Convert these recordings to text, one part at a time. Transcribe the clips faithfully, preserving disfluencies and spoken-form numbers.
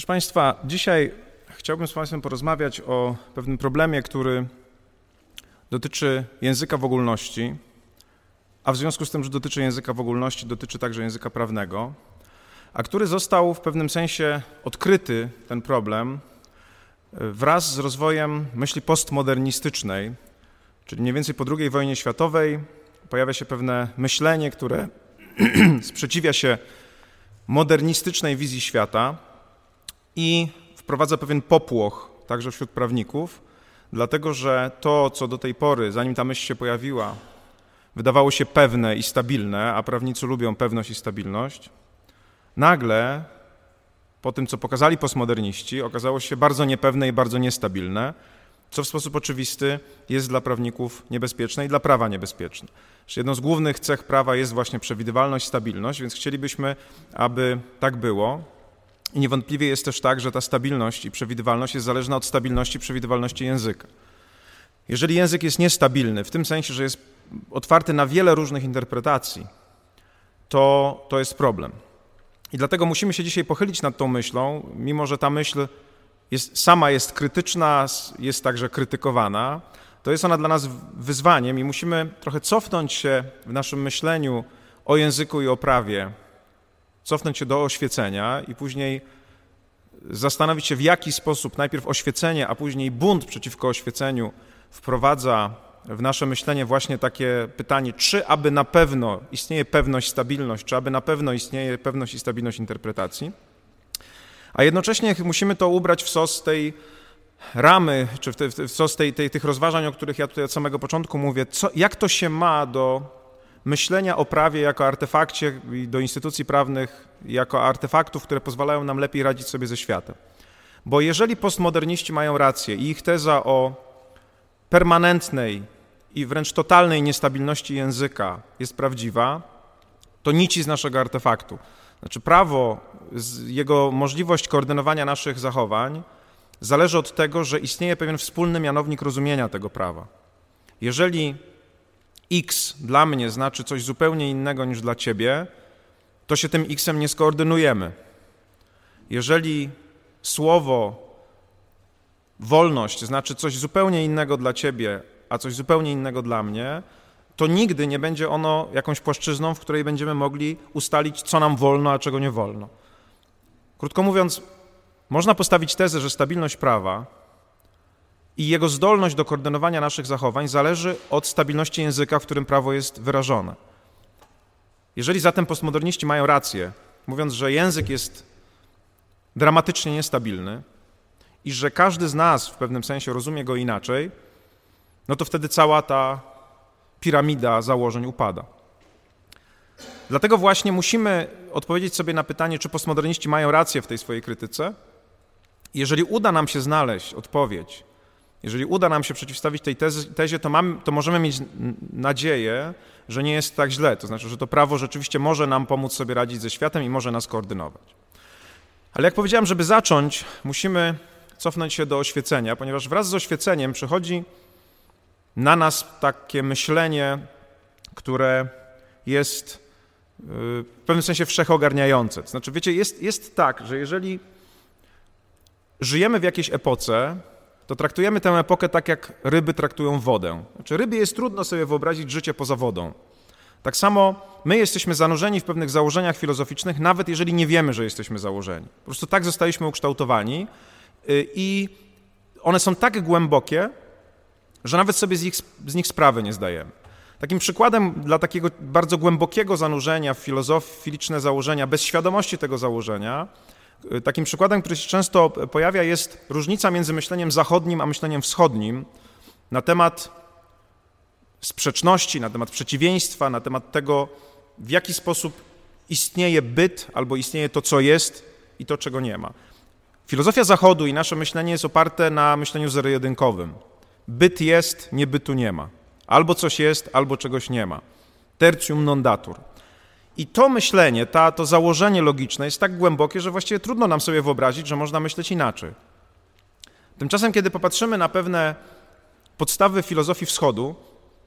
Proszę Państwa, dzisiaj chciałbym z Państwem porozmawiać o pewnym problemie, który dotyczy języka w ogólności, a w związku z tym, że dotyczy języka w ogólności, dotyczy także języka prawnego, a który został w pewnym sensie odkryty, ten problem, wraz z rozwojem myśli postmodernistycznej, czyli mniej więcej po drugiej wojnie światowej pojawia się pewne myślenie, które sprzeciwia się modernistycznej wizji świata i wprowadza pewien popłoch także wśród prawników, dlatego że to, co do tej pory, zanim ta myśl się pojawiła, wydawało się pewne i stabilne, a prawnicy lubią pewność i stabilność, nagle po tym, co pokazali postmoderniści, okazało się bardzo niepewne i bardzo niestabilne, co w sposób oczywisty jest dla prawników niebezpieczne i dla prawa niebezpieczne. Jedną z głównych cech prawa jest właśnie przewidywalność, stabilność, więc chcielibyśmy, aby tak było. I niewątpliwie jest też tak, że ta stabilność i przewidywalność jest zależna od stabilności i przewidywalności języka. Jeżeli język jest niestabilny, w tym sensie, że jest otwarty na wiele różnych interpretacji, to, to jest problem. I dlatego musimy się dzisiaj pochylić nad tą myślą, mimo że ta myśl jest, sama jest krytyczna, jest także krytykowana, to jest ona dla nas wyzwaniem i musimy trochę cofnąć się w naszym myśleniu o języku i o prawie, cofnąć się do oświecenia i później zastanowić się, w jaki sposób najpierw oświecenie, a później bunt przeciwko oświeceniu wprowadza w nasze myślenie właśnie takie pytanie, czy aby na pewno istnieje pewność, stabilność, czy aby na pewno istnieje pewność i stabilność interpretacji, a jednocześnie musimy to ubrać w sos tej ramy, czy w, te, w sos tej, tej, tych rozważań, o których ja tutaj od samego początku mówię, co, jak to się ma do myślenia o prawie jako artefakcie i do instytucji prawnych jako artefaktów, które pozwalają nam lepiej radzić sobie ze światem. Bo jeżeli postmoderniści mają rację i ich teza o permanentnej i wręcz totalnej niestabilności języka jest prawdziwa, to nici z naszego artefaktu. Znaczy prawo, jego możliwość koordynowania naszych zachowań zależy od tego, że istnieje pewien wspólny mianownik rozumienia tego prawa. Jeżeli X dla mnie znaczy coś zupełnie innego niż dla ciebie, to się tym X-em nie skoordynujemy. Jeżeli słowo wolność znaczy coś zupełnie innego dla ciebie, a coś zupełnie innego dla mnie, to nigdy nie będzie ono jakąś płaszczyzną, w której będziemy mogli ustalić, co nam wolno, a czego nie wolno. Krótko mówiąc, można postawić tezę, że stabilność prawa i jego zdolność do koordynowania naszych zachowań zależy od stabilności języka, w którym prawo jest wyrażone. Jeżeli zatem postmoderniści mają rację, mówiąc, że język jest dramatycznie niestabilny i że każdy z nas w pewnym sensie rozumie go inaczej, no to wtedy cała ta piramida założeń upada. Dlatego właśnie musimy odpowiedzieć sobie na pytanie, czy postmoderniści mają rację w tej swojej krytyce. Jeżeli uda nam się znaleźć odpowiedź, jeżeli uda nam się przeciwstawić tej tezy, tezie, to, mamy, to możemy mieć nadzieję, że nie jest tak źle. To znaczy, że to prawo rzeczywiście może nam pomóc sobie radzić ze światem i może nas koordynować. Ale jak powiedziałem, żeby zacząć, musimy cofnąć się do oświecenia, ponieważ wraz z oświeceniem przychodzi na nas takie myślenie, które jest w pewnym sensie wszechogarniające. To znaczy, wiecie, jest, jest tak, że jeżeli żyjemy w jakiejś epoce, to traktujemy tę epokę tak, jak ryby traktują wodę. Znaczy, rybie jest trudno sobie wyobrazić życie poza wodą. Tak samo my jesteśmy zanurzeni w pewnych założeniach filozoficznych, nawet jeżeli nie wiemy, że jesteśmy założeni. Po prostu tak zostaliśmy ukształtowani i one są tak głębokie, że nawet sobie z, ich, z nich sprawy nie zdajemy. Takim przykładem dla takiego bardzo głębokiego zanurzenia w filozoficzne założenia, bez świadomości tego założenia, takim przykładem, który się często pojawia, jest różnica między myśleniem zachodnim a myśleniem wschodnim na temat sprzeczności, na temat przeciwieństwa, na temat tego, w jaki sposób istnieje byt albo istnieje to, co jest i to, czego nie ma. Filozofia Zachodu i nasze myślenie jest oparte na myśleniu zero-jedynkowym. Byt jest, nie bytu nie ma. Albo coś jest, albo czegoś nie ma. Tertium non datur. I to myślenie, ta, to założenie logiczne jest tak głębokie, że właściwie trudno nam sobie wyobrazić, że można myśleć inaczej. Tymczasem, kiedy popatrzymy na pewne podstawy filozofii wschodu,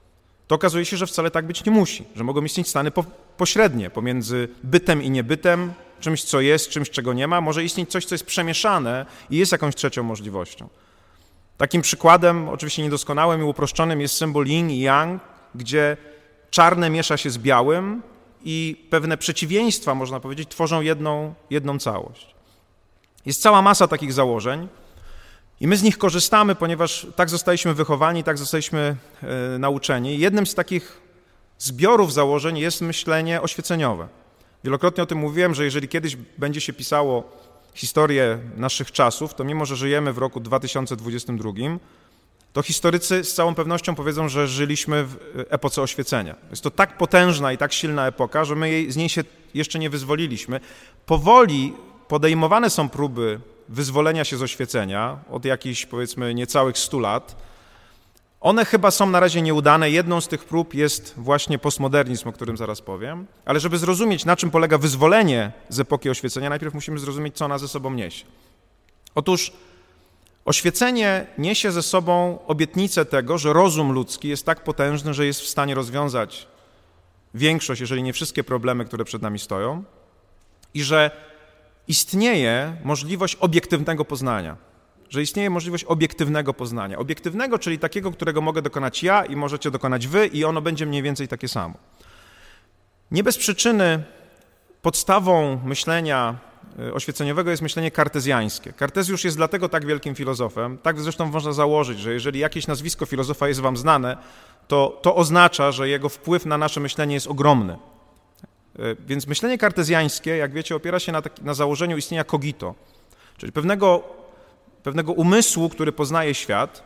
to okazuje się, że wcale tak być nie musi, że mogą istnieć stany po, pośrednie pomiędzy bytem i niebytem, czymś, co jest, czymś, czego nie ma. Może istnieć coś, co jest przemieszane i jest jakąś trzecią możliwością. Takim przykładem, oczywiście niedoskonałym i uproszczonym, jest symbol yin i yang, gdzie czarne miesza się z białym i pewne przeciwieństwa, można powiedzieć, tworzą jedną, jedną całość. Jest cała masa takich założeń i my z nich korzystamy, ponieważ tak zostaliśmy wychowani, tak zostaliśmy e, nauczeni. Jednym z takich zbiorów założeń jest myślenie oświeceniowe. Wielokrotnie o tym mówiłem, że jeżeli kiedyś będzie się pisało historię naszych czasów, to mimo, że żyjemy w roku dwa tysiące dwudziestym drugim, to historycy z całą pewnością powiedzą, że żyliśmy w epoce oświecenia. Jest to tak potężna i tak silna epoka, że my jej, z niej się jeszcze nie wyzwoliliśmy. Powoli podejmowane są próby wyzwolenia się z oświecenia od jakichś, powiedzmy, niecałych stu lat. One chyba są na razie nieudane. Jedną z tych prób jest właśnie postmodernizm, o którym zaraz powiem. Ale żeby zrozumieć, na czym polega wyzwolenie z epoki oświecenia, najpierw musimy zrozumieć, co ona ze sobą niesie. Otóż oświecenie niesie ze sobą obietnicę tego, że rozum ludzki jest tak potężny, że jest w stanie rozwiązać większość, jeżeli nie wszystkie problemy, które przed nami stoją, i że istnieje możliwość obiektywnego poznania. Że istnieje możliwość obiektywnego poznania. Obiektywnego, czyli takiego, którego mogę dokonać ja i możecie dokonać wy i ono będzie mniej więcej takie samo. Nie bez przyczyny podstawą myślenia oświeceniowego jest myślenie kartezjańskie. Kartezjusz jest dlatego tak wielkim filozofem, tak zresztą można założyć, że jeżeli jakieś nazwisko filozofa jest wam znane, to to oznacza, że jego wpływ na nasze myślenie jest ogromny. Więc myślenie kartezjańskie, jak wiecie, opiera się na, taki, na założeniu istnienia cogito, czyli pewnego, pewnego umysłu, który poznaje świat.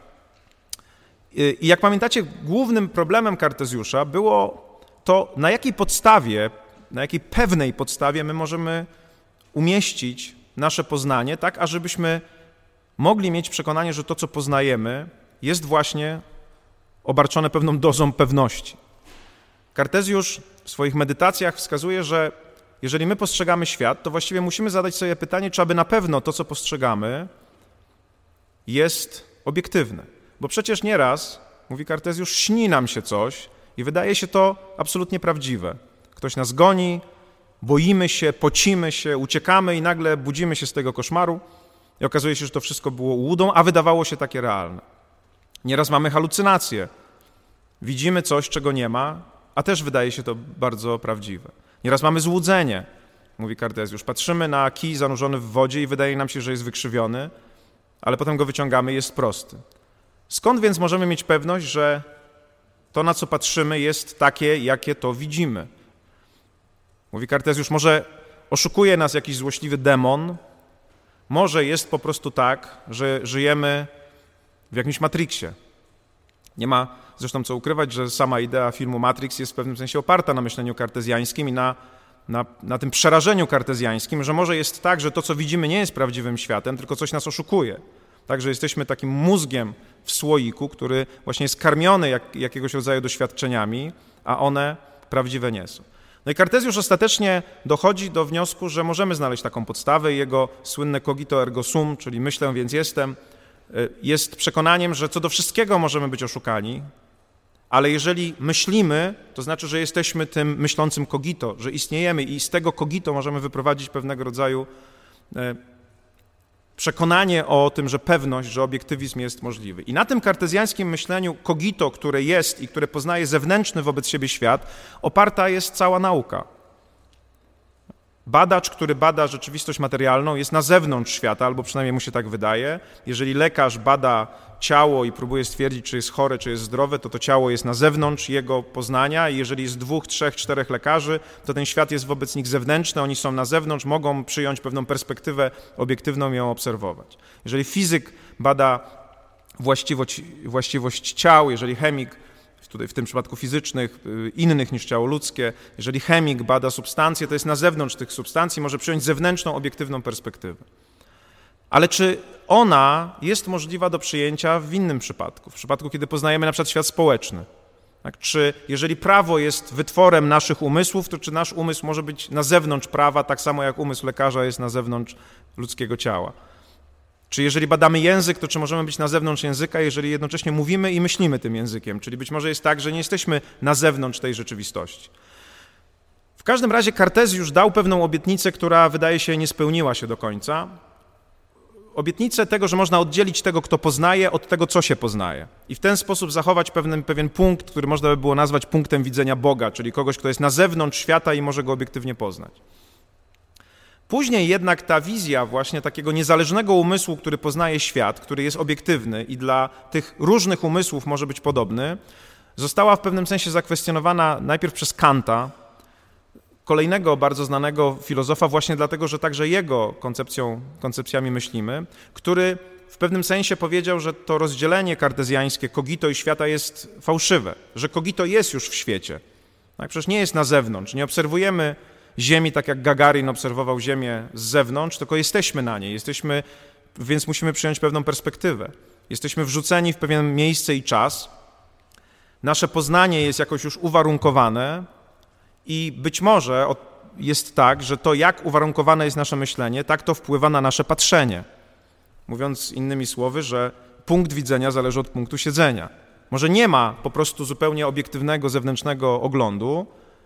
I jak pamiętacie, głównym problemem Kartezjusza było to, na jakiej podstawie, na jakiej pewnej podstawie my możemy umieścić nasze poznanie, tak ażebyśmy mogli mieć przekonanie, że to, co poznajemy, jest właśnie obarczone pewną dozą pewności. Kartezjusz w swoich medytacjach wskazuje, że jeżeli my postrzegamy świat, to właściwie musimy zadać sobie pytanie, czy aby na pewno to, co postrzegamy, jest obiektywne. Bo przecież nieraz, mówi Kartezjusz, śni nam się coś i wydaje się to absolutnie prawdziwe. Ktoś nas goni, boimy się, pocimy się, uciekamy i nagle budzimy się z tego koszmaru i okazuje się, że to wszystko było ułudą, a wydawało się takie realne. Nieraz mamy halucynacje. Widzimy coś, czego nie ma, a też wydaje się to bardzo prawdziwe. Nieraz mamy złudzenie, mówi Kartezjusz. Patrzymy na kij zanurzony w wodzie i wydaje nam się, że jest wykrzywiony, ale potem go wyciągamy i jest prosty. Skąd więc możemy mieć pewność, że to, na co patrzymy, jest takie, jakie to widzimy? Mówi Kartezjusz, może oszukuje nas jakiś złośliwy demon, może jest po prostu tak, że żyjemy w jakimś Matrixie. Nie ma zresztą co ukrywać, że sama idea filmu Matrix jest w pewnym sensie oparta na myśleniu kartezjańskim i na, na, na tym przerażeniu kartezjańskim, że może jest tak, że to, co widzimy, nie jest prawdziwym światem, tylko coś nas oszukuje. Także jesteśmy takim mózgiem w słoiku, który właśnie jest karmiony jak, jakiegoś rodzaju doświadczeniami, a one prawdziwe nie są. No i Kartezjusz ostatecznie dochodzi do wniosku, że możemy znaleźć taką podstawę i jego słynne cogito ergo sum, czyli myślę, więc jestem, jest przekonaniem, że co do wszystkiego możemy być oszukani, ale jeżeli myślimy, to znaczy, że jesteśmy tym myślącym cogito, że istniejemy i z tego cogito możemy wyprowadzić pewnego rodzaju przekonanie o tym, że pewność, że obiektywizm jest możliwy. I na tym kartezjańskim myśleniu cogito, które jest i które poznaje zewnętrzny wobec siebie świat, oparta jest cała nauka. Badacz, który bada rzeczywistość materialną, jest na zewnątrz świata, albo przynajmniej mu się tak wydaje. Jeżeli lekarz bada ciało i próbuje stwierdzić, czy jest chore, czy jest zdrowe, to to ciało jest na zewnątrz jego poznania i jeżeli jest dwóch, trzech, czterech lekarzy, to ten świat jest wobec nich zewnętrzny, oni są na zewnątrz, mogą przyjąć pewną perspektywę obiektywną i ją obserwować. Jeżeli fizyk bada właściwość, właściwość ciał, jeżeli chemik, tutaj w tym przypadku fizycznych, innych niż ciało ludzkie, jeżeli chemik bada substancje, to jest na zewnątrz tych substancji, może przyjąć zewnętrzną, obiektywną perspektywę. Ale czy ona jest możliwa do przyjęcia w innym przypadku, w przypadku, kiedy poznajemy na przykład świat społeczny? Tak? Czy jeżeli prawo jest wytworem naszych umysłów, to czy nasz umysł może być na zewnątrz prawa, tak samo jak umysł lekarza jest na zewnątrz ludzkiego ciała? Czy jeżeli badamy język, to czy możemy być na zewnątrz języka, jeżeli jednocześnie mówimy i myślimy tym językiem? Czyli być może jest tak, że nie jesteśmy na zewnątrz tej rzeczywistości. W każdym razie Kartezjusz dał pewną obietnicę, która wydaje się nie spełniła się do końca. Obietnicę tego, że można oddzielić tego, kto poznaje, od tego, co się poznaje. I w ten sposób zachować pewien, pewien punkt, który można by było nazwać punktem widzenia Boga, czyli kogoś, kto jest na zewnątrz świata i może go obiektywnie poznać. Później jednak ta wizja właśnie takiego niezależnego umysłu, który poznaje świat, który jest obiektywny i dla tych różnych umysłów może być podobny, została w pewnym sensie zakwestionowana najpierw przez Kanta, kolejnego bardzo znanego filozofa, właśnie dlatego, że także jego koncepcją, koncepcjami myślimy, który w pewnym sensie powiedział, że to rozdzielenie kartezjańskie kogito i świata jest fałszywe, że kogito jest już w świecie. Tak, przecież nie jest na zewnątrz, nie obserwujemy Ziemi tak jak Gagarin obserwował Ziemię z zewnątrz, tylko jesteśmy na niej, jesteśmy, więc musimy przyjąć pewną perspektywę. Jesteśmy wrzuceni w pewien miejsce i czas, nasze poznanie jest jakoś już uwarunkowane i być może jest tak, że to jak uwarunkowane jest nasze myślenie, tak to wpływa na nasze patrzenie. Mówiąc innymi słowy, że punkt widzenia zależy od punktu siedzenia. Może nie ma po prostu zupełnie obiektywnego, zewnętrznego oglądu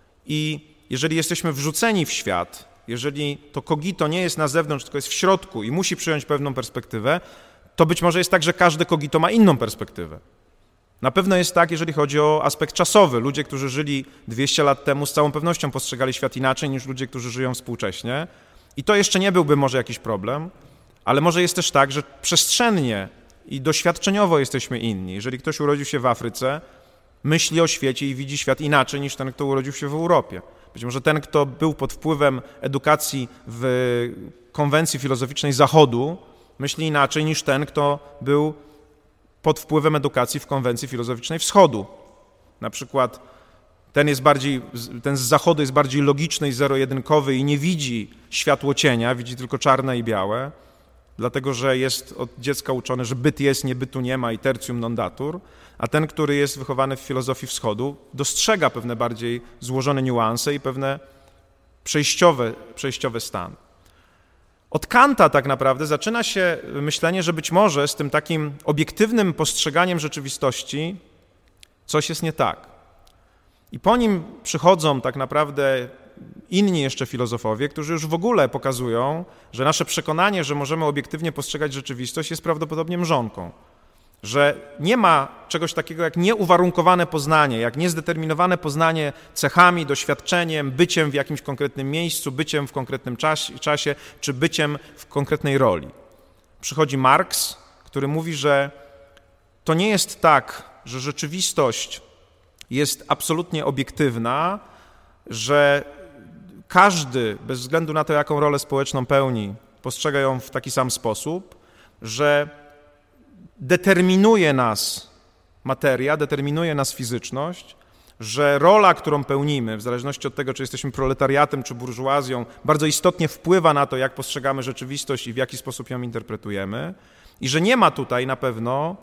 i jeżeli jesteśmy wrzuceni w świat, jeżeli to kogito nie jest na zewnątrz, tylko jest w środku i musi przyjąć pewną perspektywę, to być może jest tak, że każde kogito ma inną perspektywę. Na pewno jest tak, jeżeli chodzi o aspekt czasowy. Ludzie, którzy żyli dwieście lat temu, z całą pewnością postrzegali świat inaczej niż ludzie, którzy żyją współcześnie. I to jeszcze nie byłby może jakiś problem, ale może jest też tak, że przestrzennie i doświadczeniowo jesteśmy inni. Jeżeli ktoś urodził się w Afryce, myśli o świecie i widzi świat inaczej niż ten, kto urodził się w Europie. Być może ten, kto był pod wpływem edukacji w konwencji filozoficznej Zachodu, myśli inaczej niż ten, kto był pod wpływem edukacji w konwencji filozoficznej Wschodu. Na przykład ten, jest bardziej, ten z Zachodu jest bardziej logiczny i zero-jedynkowy i nie widzi światło cienia, widzi tylko czarne i białe, dlatego że jest od dziecka uczony, że byt jest, nie bytu nie ma i tertium non datur, a ten, który jest wychowany w filozofii Wschodu, dostrzega pewne bardziej złożone niuanse i pewne przejściowe, przejściowe stany. Od Kanta tak naprawdę zaczyna się myślenie, że być może z tym takim obiektywnym postrzeganiem rzeczywistości coś jest nie tak. I po nim przychodzą tak naprawdę inni jeszcze filozofowie, którzy już w ogóle pokazują, że nasze przekonanie, że możemy obiektywnie postrzegać rzeczywistość, jest prawdopodobnie mrzonką. Że nie ma czegoś takiego jak nieuwarunkowane poznanie, jak niezdeterminowane poznanie cechami, doświadczeniem, byciem w jakimś konkretnym miejscu, byciem w konkretnym czasie, czasie czy byciem w konkretnej roli. Przychodzi Marx, który mówi, że to nie jest tak, że rzeczywistość jest absolutnie obiektywna, że każdy, bez względu na to, jaką rolę społeczną pełni, postrzega ją w taki sam sposób, że determinuje nas materia, determinuje nas fizyczność, że rola, którą pełnimy, w zależności od tego, czy jesteśmy proletariatem, czy burżuazją, bardzo istotnie wpływa na to, jak postrzegamy rzeczywistość i w jaki sposób ją interpretujemy i że nie ma tutaj na pewno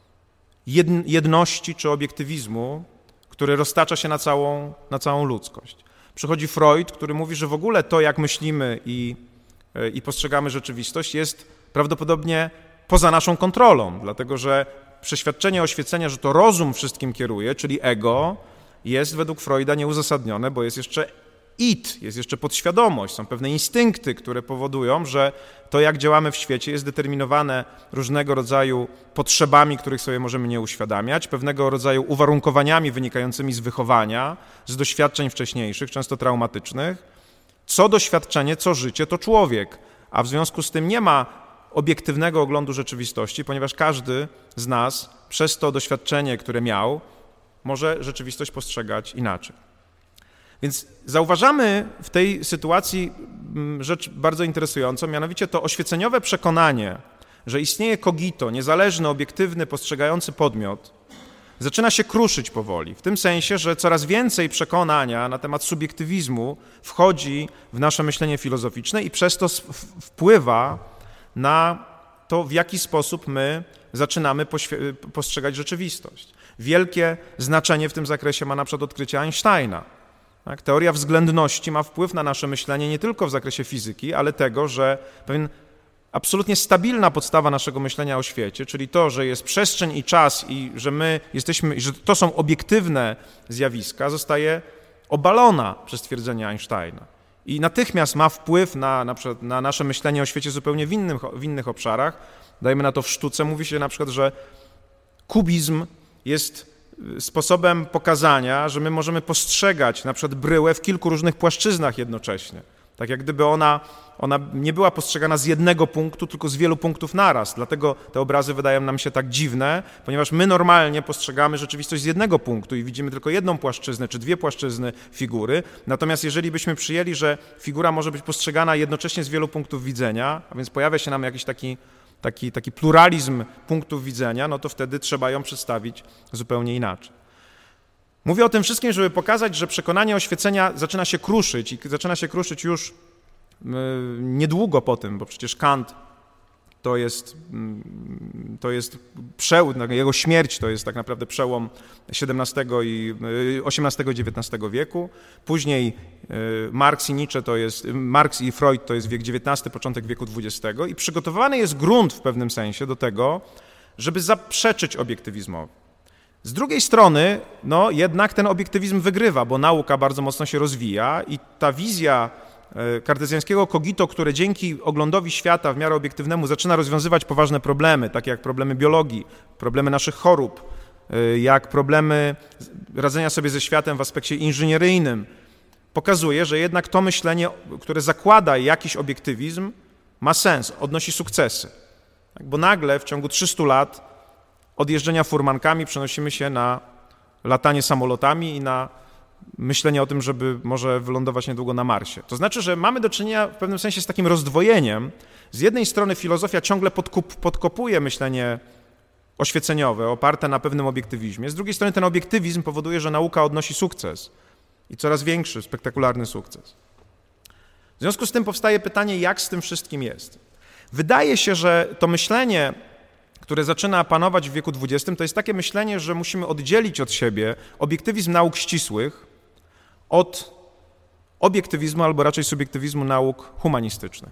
jedności czy obiektywizmu, który roztacza się na całą, na całą ludzkość. Przychodzi Freud, który mówi, że w ogóle to, jak myślimy i, i postrzegamy rzeczywistość, jest prawdopodobnie poza naszą kontrolą, dlatego że przeświadczenie oświecenia, że to rozum wszystkim kieruje, czyli ego, jest według Freuda nieuzasadnione, bo jest jeszcze id, jest jeszcze podświadomość, są pewne instynkty, które powodują, że to, jak działamy w świecie, jest determinowane różnego rodzaju potrzebami, których sobie możemy nie uświadamiać, pewnego rodzaju uwarunkowaniami wynikającymi z wychowania, z doświadczeń wcześniejszych, często traumatycznych. Co doświadczenie, co życie, to człowiek, a w związku z tym nie ma obiektywnego oglądu rzeczywistości, ponieważ każdy z nas przez to doświadczenie, które miał, może rzeczywistość postrzegać inaczej. Więc zauważamy w tej sytuacji rzecz bardzo interesującą, mianowicie to oświeceniowe przekonanie, że istnieje cogito, niezależny, obiektywny, postrzegający podmiot, zaczyna się kruszyć powoli, w tym sensie, że coraz więcej przekonania na temat subiektywizmu wchodzi w nasze myślenie filozoficzne i przez to wpływa na to, w jaki sposób my zaczynamy postrzegać rzeczywistość. Wielkie znaczenie w tym zakresie ma na przykład odkrycie Einsteina. Tak? Teoria względności ma wpływ na nasze myślenie nie tylko w zakresie fizyki, ale tego, że pewien absolutnie stabilna podstawa naszego myślenia o świecie, czyli to, że jest przestrzeń i czas i że my jesteśmy, że to są obiektywne zjawiska, zostaje obalona przez twierdzenie Einsteina. I natychmiast ma wpływ na, na, przykład na nasze myślenie o świecie zupełnie w, innym, w innych obszarach. Dajmy na to w sztuce. Mówi się na przykład, że kubizm jest sposobem pokazania, że my możemy postrzegać na przykład bryłę w kilku różnych płaszczyznach jednocześnie. Tak jak gdyby ona, ona nie była postrzegana z jednego punktu, tylko z wielu punktów naraz. Dlatego te obrazy wydają nam się tak dziwne, ponieważ my normalnie postrzegamy rzeczywistość z jednego punktu i widzimy tylko jedną płaszczyznę czy dwie płaszczyzny figury. Natomiast jeżeli byśmy przyjęli, że figura może być postrzegana jednocześnie z wielu punktów widzenia, a więc pojawia się nam jakiś taki, taki, taki pluralizm punktów widzenia, no to wtedy trzeba ją przedstawić zupełnie inaczej. Mówię o tym wszystkim, żeby pokazać, że przekonanie oświecenia zaczyna się kruszyć i zaczyna się kruszyć już niedługo po tym, bo przecież Kant to jest, to jest przełom, jego śmierć to jest tak naprawdę przełom siedemnastego i osiemnastego i dziewiętnastego wieku. Później Marx i Nietzsche to jest, Marx i Freud to jest wiek dziewiętnasty, początek wieku dwudziestego i przygotowywany jest grunt w pewnym sensie do tego, żeby zaprzeczyć obiektywizmowi. Z drugiej strony, no jednak ten obiektywizm wygrywa, bo nauka bardzo mocno się rozwija i ta wizja kartezjańskiego cogito, które dzięki oglądowi świata w miarę obiektywnemu zaczyna rozwiązywać poważne problemy, takie jak problemy biologii, problemy naszych chorób, jak problemy radzenia sobie ze światem w aspekcie inżynieryjnym, pokazuje, że jednak to myślenie, które zakłada jakiś obiektywizm, ma sens, odnosi sukcesy. Bo nagle w ciągu trzystu lat od jeżdżenia furmankami przenosimy się na latanie samolotami i na myślenie o tym, żeby może wylądować niedługo na Marsie. To znaczy, że mamy do czynienia w pewnym sensie z takim rozdwojeniem. Z jednej strony filozofia ciągle podkup, podkopuje myślenie oświeceniowe, oparte na pewnym obiektywizmie. Z drugiej strony ten obiektywizm powoduje, że nauka odnosi sukces i coraz większy, spektakularny sukces. W związku z tym powstaje pytanie, jak z tym wszystkim jest. Wydaje się, że to myślenie, które zaczyna panować w wieku dwudziestym, to jest takie myślenie, że musimy oddzielić od siebie obiektywizm nauk ścisłych od obiektywizmu albo raczej subiektywizmu nauk humanistycznych.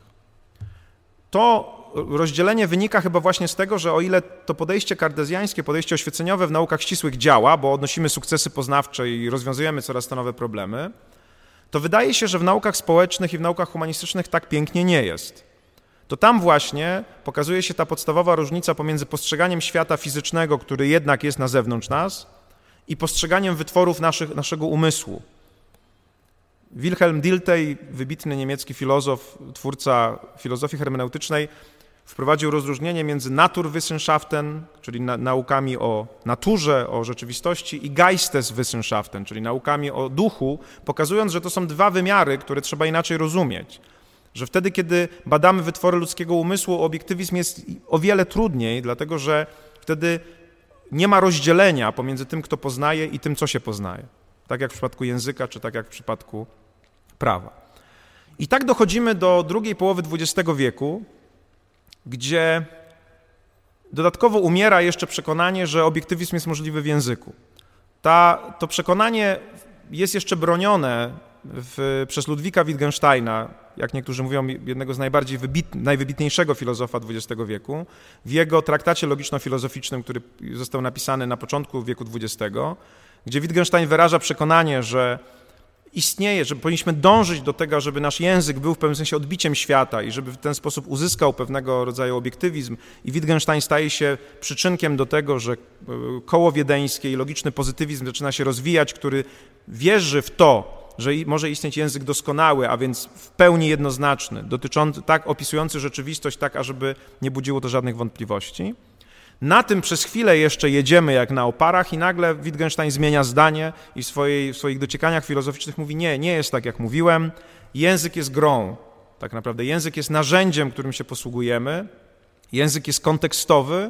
To rozdzielenie wynika chyba właśnie z tego, że o ile to podejście kartezjańskie, podejście oświeceniowe w naukach ścisłych działa, bo odnosimy sukcesy poznawcze i rozwiązujemy coraz to nowe problemy, to wydaje się, że w naukach społecznych i w naukach humanistycznych tak pięknie nie jest. To tam właśnie pokazuje się ta podstawowa różnica pomiędzy postrzeganiem świata fizycznego, który jednak jest na zewnątrz nas, i postrzeganiem wytworów naszych, naszego umysłu. Wilhelm Dilthey, wybitny niemiecki filozof, twórca filozofii hermeneutycznej, wprowadził rozróżnienie między Naturwissenschaften, czyli na, naukami o naturze, o rzeczywistości, i Geisteswissenschaften, czyli naukami o duchu, pokazując, że to są dwa wymiary, które trzeba inaczej rozumieć. Że wtedy, kiedy badamy wytwory ludzkiego umysłu, obiektywizm jest o wiele trudniej, dlatego że wtedy nie ma rozdzielenia pomiędzy tym, kto poznaje, i tym, co się poznaje. Tak jak w przypadku języka, czy tak jak w przypadku prawa. I tak dochodzimy do drugiej połowy dwudziestego wieku, gdzie dodatkowo umiera jeszcze przekonanie, że obiektywizm jest możliwy w języku. Ta, to przekonanie jest jeszcze bronione w, przez Ludwika Wittgensteina, jak niektórzy mówią, jednego z najbardziej wybit, najwybitniejszego filozofa dwudziestego wieku, w jego traktacie logiczno-filozoficznym, który został napisany na początku wieku dwudziestego, gdzie Wittgenstein wyraża przekonanie, że istnieje, że powinniśmy dążyć do tego, żeby nasz język był w pewnym sensie odbiciem świata i żeby w ten sposób uzyskał pewnego rodzaju obiektywizm. I Wittgenstein staje się przyczynkiem do tego, że koło wiedeńskie i logiczny pozytywizm zaczyna się rozwijać, który wierzy w to, że może istnieć język doskonały, a więc w pełni jednoznaczny, dotyczący, tak opisujący rzeczywistość tak, ażeby nie budziło to żadnych wątpliwości. Na tym przez chwilę jeszcze jedziemy jak na oparach i nagle Wittgenstein zmienia zdanie i w, swojej, w swoich dociekaniach filozoficznych mówi: nie, nie jest tak, jak mówiłem, język jest grą, tak naprawdę język jest narzędziem, którym się posługujemy, język jest kontekstowy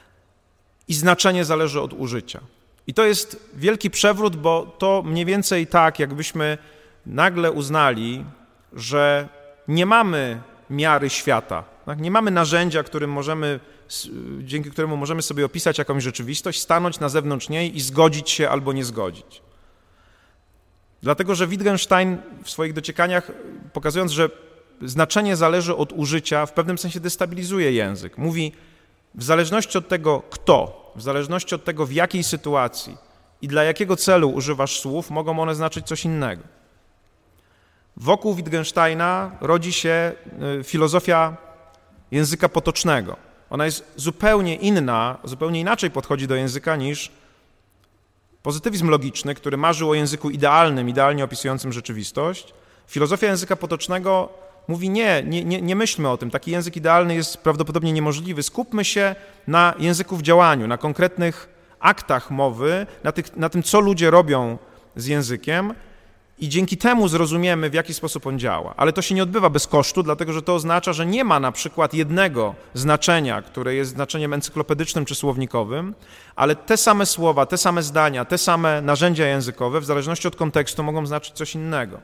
i znaczenie zależy od użycia. I to jest wielki przewrót, bo to mniej więcej tak, jakbyśmy nagle uznali, że nie mamy miary świata, tak? Nie mamy narzędzia, którym możemy, dzięki któremu możemy sobie opisać jakąś rzeczywistość, stanąć na zewnątrz niej i zgodzić się albo nie zgodzić. Dlatego, że Wittgenstein w swoich dociekaniach, pokazując, że znaczenie zależy od użycia, w pewnym sensie destabilizuje język. Mówi, w zależności od tego, kto, w zależności od tego, w jakiej sytuacji i dla jakiego celu używasz słów, mogą one znaczyć coś innego. Wokół Wittgensteina rodzi się filozofia języka potocznego. Ona jest zupełnie inna, zupełnie inaczej podchodzi do języka niż pozytywizm logiczny, który marzył o języku idealnym, idealnie opisującym rzeczywistość. Filozofia języka potocznego mówi nie, nie, nie, nie myślmy o tym, taki język idealny jest prawdopodobnie niemożliwy. Skupmy się na języku w działaniu, na konkretnych aktach mowy, na, tych, na tym, co ludzie robią z językiem i dzięki temu zrozumiemy, w jaki sposób on działa. Ale to się nie odbywa bez kosztu, dlatego że to oznacza, że nie ma na przykład jednego znaczenia, które jest znaczeniem encyklopedycznym czy słownikowym, ale te same słowa, te same zdania, te same narzędzia językowe w zależności od kontekstu mogą znaczyć coś innego.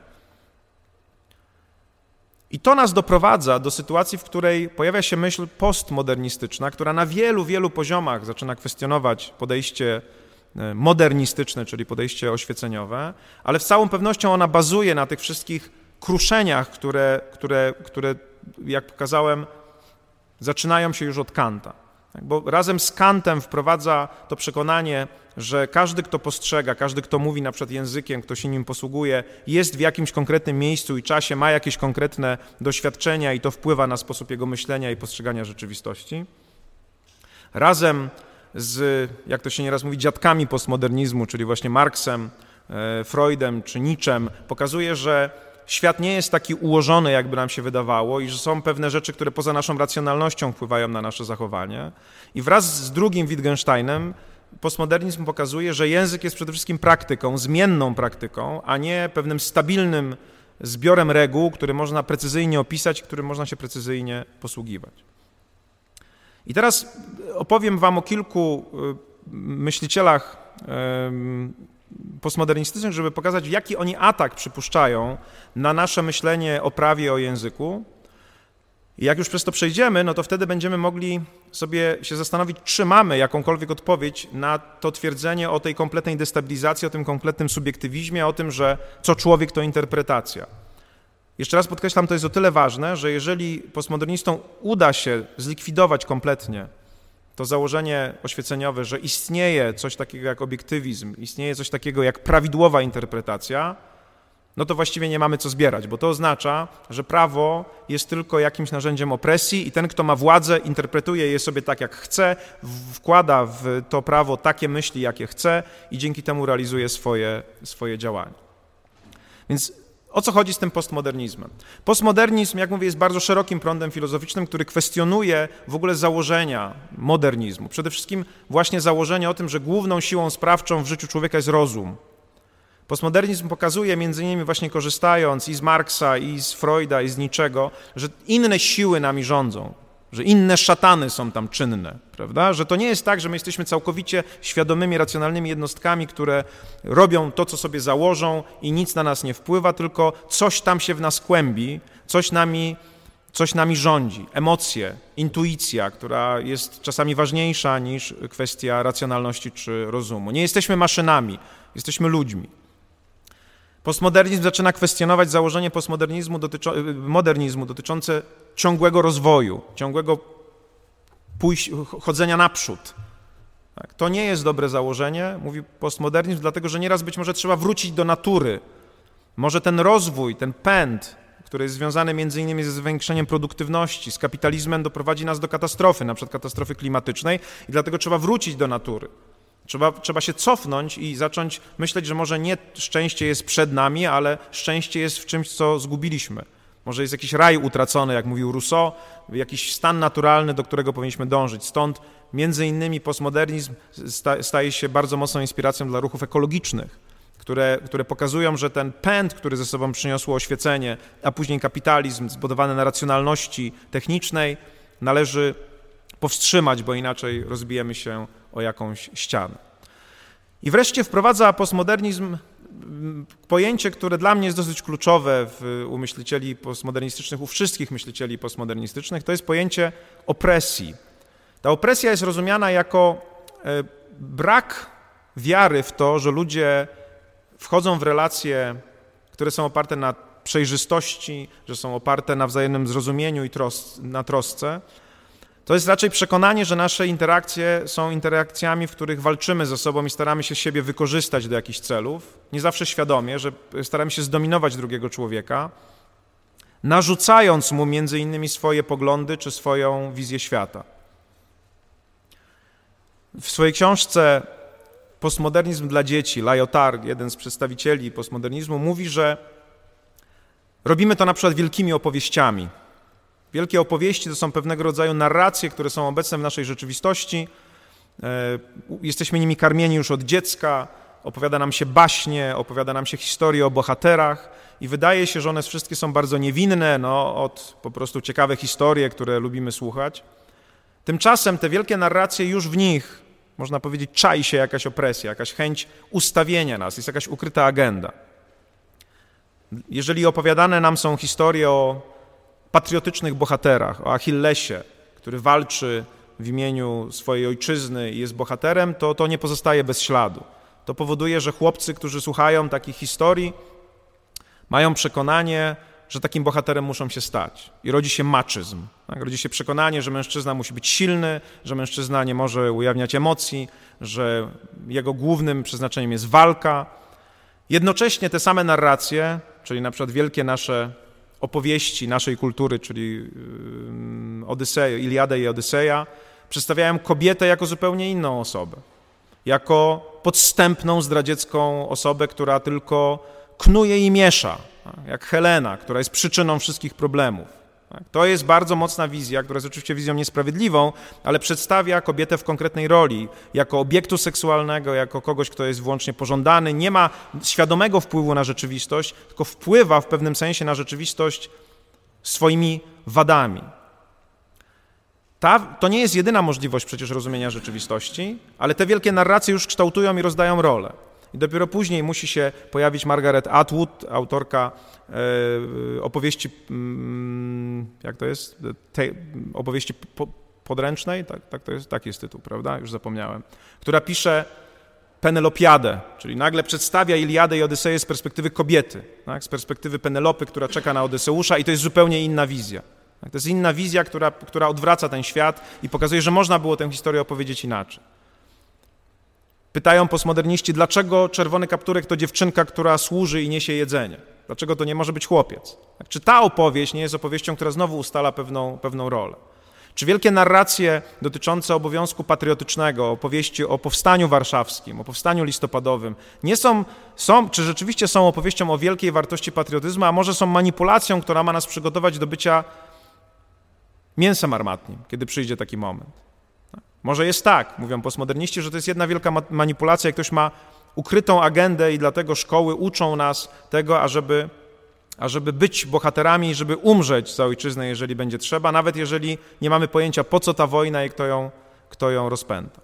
I to nas doprowadza do sytuacji, w której pojawia się myśl postmodernistyczna, która na wielu, wielu poziomach zaczyna kwestionować podejście modernistyczne, czyli podejście oświeceniowe, ale z całą pewnością ona bazuje na tych wszystkich kruszeniach, które, które, które jak pokazałem, zaczynają się już od Kanta. Bo razem z Kantem wprowadza to przekonanie, że każdy, kto postrzega, każdy, kto mówi na przykład językiem, kto się nim posługuje, jest w jakimś konkretnym miejscu i czasie, ma jakieś konkretne doświadczenia i to wpływa na sposób jego myślenia i postrzegania rzeczywistości. Razem z, jak to się nieraz mówi, dziadkami postmodernizmu, czyli właśnie Marksem, Freudem czy Nietzschem, pokazuje, że świat nie jest taki ułożony, jakby nam się wydawało i że są pewne rzeczy, które poza naszą racjonalnością wpływają na nasze zachowanie. I wraz z drugim Wittgensteinem postmodernizm pokazuje, że język jest przede wszystkim praktyką, zmienną praktyką, a nie pewnym stabilnym zbiorem reguł, który można precyzyjnie opisać, którym można się precyzyjnie posługiwać. I teraz opowiem wam o kilku myślicielach postmodernistycznych, żeby pokazać, jaki oni atak przypuszczają na nasze myślenie o prawie, o języku. I jak już przez to przejdziemy, no to wtedy będziemy mogli sobie się zastanowić, czy mamy jakąkolwiek odpowiedź na to twierdzenie o tej kompletnej destabilizacji, o tym kompletnym subiektywizmie, o tym, że co człowiek to interpretacja. Jeszcze raz podkreślam, to jest o tyle ważne, że jeżeli postmodernistom uda się zlikwidować kompletnie to założenie oświeceniowe, że istnieje coś takiego jak obiektywizm, istnieje coś takiego jak prawidłowa interpretacja, no to właściwie nie mamy co zbierać, bo to oznacza, że prawo jest tylko jakimś narzędziem opresji i ten, kto ma władzę, interpretuje je sobie tak, jak chce, wkłada w to prawo takie myśli, jakie chce i dzięki temu realizuje swoje, swoje działania. Więc o co chodzi z tym postmodernizmem? Postmodernizm, jak mówię, jest bardzo szerokim prądem filozoficznym, który kwestionuje w ogóle założenia modernizmu. Przede wszystkim właśnie założenie o tym, że główną siłą sprawczą w życiu człowieka jest rozum. Postmodernizm pokazuje, między innymi właśnie korzystając i z Marksa, i z Freuda, i z Nietzschego, że inne siły nami rządzą, że inne szatany są tam czynne, prawda? Że to nie jest tak, że my jesteśmy całkowicie świadomymi, racjonalnymi jednostkami, które robią to, co sobie założą i nic na nas nie wpływa, tylko coś tam się w nas kłębi, coś nami, coś nami rządzi. Emocje, intuicja, która jest czasami ważniejsza niż kwestia racjonalności czy rozumu. Nie jesteśmy maszynami, jesteśmy ludźmi. Postmodernizm zaczyna kwestionować założenie postmodernizmu dotyczy- modernizmu dotyczące ciągłego rozwoju, ciągłego pójść, chodzenia naprzód. Tak, to nie jest dobre założenie, mówi postmodernizm, dlatego że nieraz być może trzeba wrócić do natury. Może ten rozwój, ten pęd, który jest związany między innymi ze zwiększeniem produktywności, z kapitalizmem doprowadzi nas do katastrofy, na przykład katastrofy klimatycznej i dlatego trzeba wrócić do natury. Trzeba, trzeba się cofnąć i zacząć myśleć, że może nie szczęście jest przed nami, ale szczęście jest w czymś, co zgubiliśmy. Może jest jakiś raj utracony, jak mówił Rousseau, jakiś stan naturalny, do którego powinniśmy dążyć. Stąd między innymi postmodernizm sta, staje się bardzo mocną inspiracją dla ruchów ekologicznych, które, które pokazują, że ten pęd, który ze sobą przyniosło oświecenie, a później kapitalizm zbudowany na racjonalności technicznej, należy powstrzymać, bo inaczej rozbijemy się o jakąś ścianę. I wreszcie wprowadza postmodernizm pojęcie, które dla mnie jest dosyć kluczowe w, u myślicieli postmodernistycznych, u wszystkich myślicieli postmodernistycznych, to jest pojęcie opresji. Ta opresja jest rozumiana jako brak wiary w to, że ludzie wchodzą w relacje, które są oparte na przejrzystości, że są oparte na wzajemnym zrozumieniu i tros- na trosce. To jest raczej przekonanie, że nasze interakcje są interakcjami, w których walczymy ze sobą i staramy się siebie wykorzystać do jakichś celów, nie zawsze świadomie, że staramy się zdominować drugiego człowieka, narzucając mu między innymi swoje poglądy czy swoją wizję świata. W swojej książce Postmodernizm dla dzieci, Lyotard, jeden z przedstawicieli postmodernizmu, mówi, że robimy to na przykład wielkimi opowieściami. Wielkie opowieści to są pewnego rodzaju narracje, które są obecne w naszej rzeczywistości. Jesteśmy nimi karmieni już od dziecka, opowiada nam się baśnie, opowiada nam się historie o bohaterach i wydaje się, że one wszystkie są bardzo niewinne, no, od po prostu ciekawe historie, które lubimy słuchać. Tymczasem te wielkie narracje już w nich, można powiedzieć, czai się jakaś opresja, jakaś chęć ustawienia nas, jest jakaś ukryta agenda. Jeżeli opowiadane nam są historie o patriotycznych bohaterach, o Achillesie, który walczy w imieniu swojej ojczyzny i jest bohaterem, to to nie pozostaje bez śladu. To powoduje, że chłopcy, którzy słuchają takich historii, mają przekonanie, że takim bohaterem muszą się stać. I rodzi się maczyzm. Tak? Rodzi się przekonanie, że mężczyzna musi być silny, że mężczyzna nie może ujawniać emocji, że jego głównym przeznaczeniem jest walka. Jednocześnie te same narracje, czyli na przykład wielkie nasze opowieści naszej kultury, czyli Odyseja, Iliada i Odyseja, przedstawiają kobietę jako zupełnie inną osobę. Jako podstępną, zdradziecką osobę, która tylko knuje i miesza, jak Helena, która jest przyczyną wszystkich problemów. To jest bardzo mocna wizja, która jest oczywiście wizją niesprawiedliwą, ale przedstawia kobietę w konkretnej roli, jako obiektu seksualnego, jako kogoś, kto jest wyłącznie pożądany, nie ma świadomego wpływu na rzeczywistość, tylko wpływa w pewnym sensie na rzeczywistość swoimi wadami. Ta, to nie jest jedyna możliwość przecież rozumienia rzeczywistości, ale te wielkie narracje już kształtują i rozdają rolę. I dopiero później musi się pojawić Margaret Atwood, autorka e, opowieści, mm, jak to jest, Te, opowieści po, podręcznej, tak, tak to jest, taki jest tytuł, prawda? Już zapomniałem. Która pisze Penelopiadę, czyli nagle przedstawia Iliadę i Odyseję z perspektywy kobiety, tak? Z perspektywy Penelopy, która czeka na Odyseusza i to jest zupełnie inna wizja. Tak? To jest inna wizja, która, która odwraca ten świat i pokazuje, że można było tę historię opowiedzieć inaczej. Pytają postmoderniści, dlaczego czerwony kapturek to dziewczynka, która służy i niesie jedzenie? Dlaczego to nie może być chłopiec? Tak, czy ta opowieść nie jest opowieścią, która znowu ustala pewną, pewną rolę? Czy wielkie narracje dotyczące obowiązku patriotycznego, opowieści o powstaniu warszawskim, o powstaniu listopadowym, nie są, są, czy rzeczywiście są opowieścią o wielkiej wartości patriotyzmu, a może są manipulacją, która ma nas przygotować do bycia mięsem armatnim, kiedy przyjdzie taki moment? Może jest tak, mówią postmoderniści, że to jest jedna wielka manipulacja, jak ktoś ma ukrytą agendę i dlatego szkoły uczą nas tego, ażeby, ażeby być bohaterami i żeby umrzeć za ojczyznę, jeżeli będzie trzeba, nawet jeżeli nie mamy pojęcia, po co ta wojna i kto ją, kto ją rozpęta.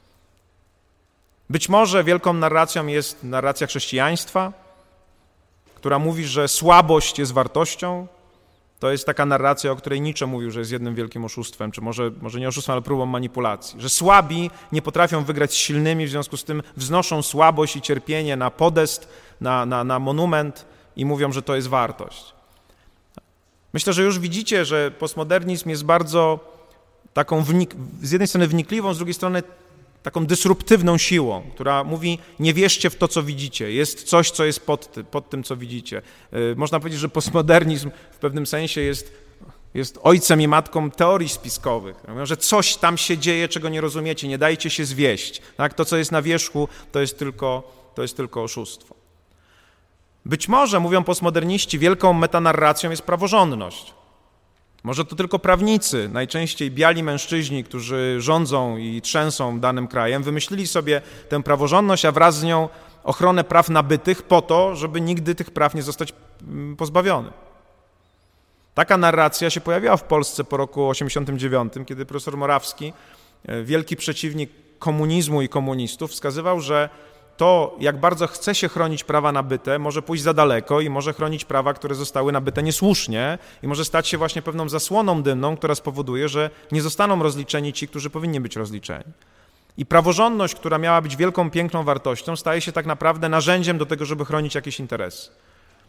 Być może wielką narracją jest narracja chrześcijaństwa, która mówi, że słabość jest wartością. To jest taka narracja, o której Nietzsche mówił, że jest jednym wielkim oszustwem, czy może, może nie oszustwem, ale próbą manipulacji. Że słabi nie potrafią wygrać z silnymi, w związku z tym wznoszą słabość i cierpienie na podest, na, na, na monument i mówią, że to jest wartość. Myślę, że już widzicie, że postmodernizm jest bardzo taką wnik- z jednej strony wnikliwą, z drugiej strony taką dysruptywną siłą, która mówi, nie wierzcie w to, co widzicie. Jest coś, co jest pod, ty, pod tym, co widzicie. Yy, można powiedzieć, że postmodernizm w pewnym sensie jest, jest ojcem i matką teorii spiskowych. Mówią, że coś tam się dzieje, czego nie rozumiecie, nie dajcie się zwieść. Tak? To, co jest na wierzchu, to jest tylko, to jest tylko oszustwo. Być może, mówią postmoderniści, wielką metanarracją jest praworządność. Może to tylko prawnicy, najczęściej biali mężczyźni, którzy rządzą i trzęsą danym krajem, wymyślili sobie tę praworządność, a wraz z nią ochronę praw nabytych po to, żeby nigdy tych praw nie zostać pozbawiony. Taka narracja się pojawiła w Polsce po roku osiemdziesiątym dziewiątym, kiedy profesor Morawski, wielki przeciwnik komunizmu i komunistów, wskazywał, że to, jak bardzo chce się chronić prawa nabyte, może pójść za daleko i może chronić prawa, które zostały nabyte niesłusznie i może stać się właśnie pewną zasłoną dymną, która spowoduje, że nie zostaną rozliczeni ci, którzy powinni być rozliczeni. I praworządność, która miała być wielką, piękną wartością, staje się tak naprawdę narzędziem do tego, żeby chronić jakieś interesy.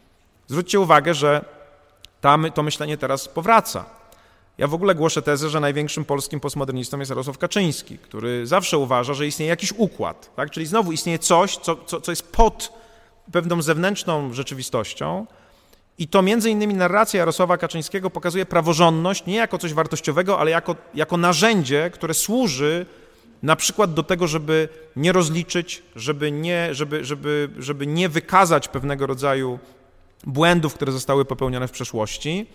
Zwróćcie uwagę, że tam to myślenie teraz powraca. Ja w ogóle głoszę tezę, że największym polskim postmodernistą jest Jarosław Kaczyński, który zawsze uważa, że istnieje jakiś układ, tak? Czyli znowu istnieje coś, co, co, co jest pod pewną zewnętrzną rzeczywistością i to między innymi narracja Jarosława Kaczyńskiego pokazuje praworządność nie jako coś wartościowego, ale jako, jako narzędzie, które służy na przykład do tego, żeby nie rozliczyć, żeby nie, żeby, żeby, żeby nie wykazać pewnego rodzaju błędów, które zostały popełnione w przeszłości.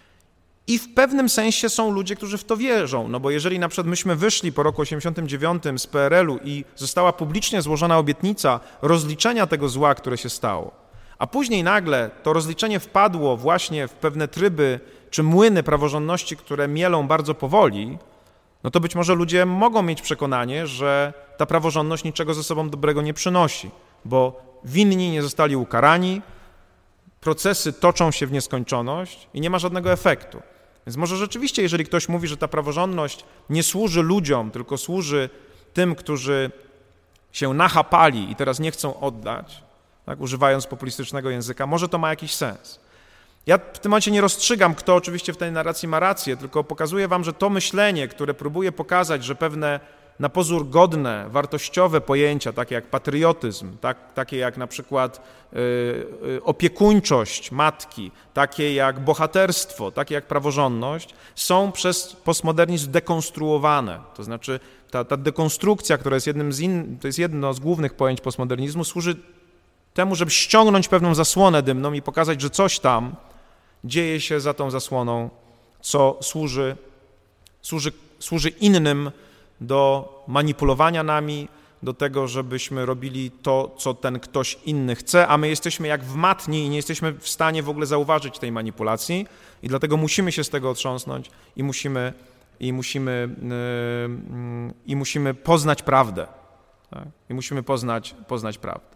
I w pewnym sensie są ludzie, którzy w to wierzą, no bo jeżeli na przykład myśmy wyszli po roku osiemdziesiątym dziewiątym z P R L u i została publicznie złożona obietnica rozliczenia tego zła, które się stało, a później nagle to rozliczenie wpadło właśnie w pewne tryby czy młyny praworządności, które mielą bardzo powoli, no to być może ludzie mogą mieć przekonanie, że ta praworządność niczego ze sobą dobrego nie przynosi, bo winni nie zostali ukarani, procesy toczą się w nieskończoność i nie ma żadnego efektu. Więc może rzeczywiście, jeżeli ktoś mówi, że ta praworządność nie służy ludziom, tylko służy tym, którzy się nachapali i teraz nie chcą oddać, tak, używając populistycznego języka, może to ma jakiś sens. Ja w tym momencie nie rozstrzygam, kto oczywiście w tej narracji ma rację, tylko pokazuję wam, że to myślenie, które próbuje pokazać, że pewne na pozór godne, wartościowe pojęcia, takie jak patriotyzm, tak, takie jak na przykład y, y, opiekuńczość matki, takie jak bohaterstwo, takie jak praworządność, są przez postmodernizm dekonstruowane. To znaczy ta, ta dekonstrukcja, która jest jednym z in, to jest jedno z głównych pojęć postmodernizmu, służy temu, żeby ściągnąć pewną zasłonę dymną i pokazać, że coś tam dzieje się za tą zasłoną, co służy, służy, służy innym do manipulowania nami, do tego, żebyśmy robili to, co ten ktoś inny chce, a my jesteśmy jak w matni i nie jesteśmy w stanie w ogóle zauważyć tej manipulacji i dlatego musimy się z tego otrząsnąć i musimy, i musimy, yy, i musimy poznać prawdę. Tak? I musimy poznać, poznać prawdę.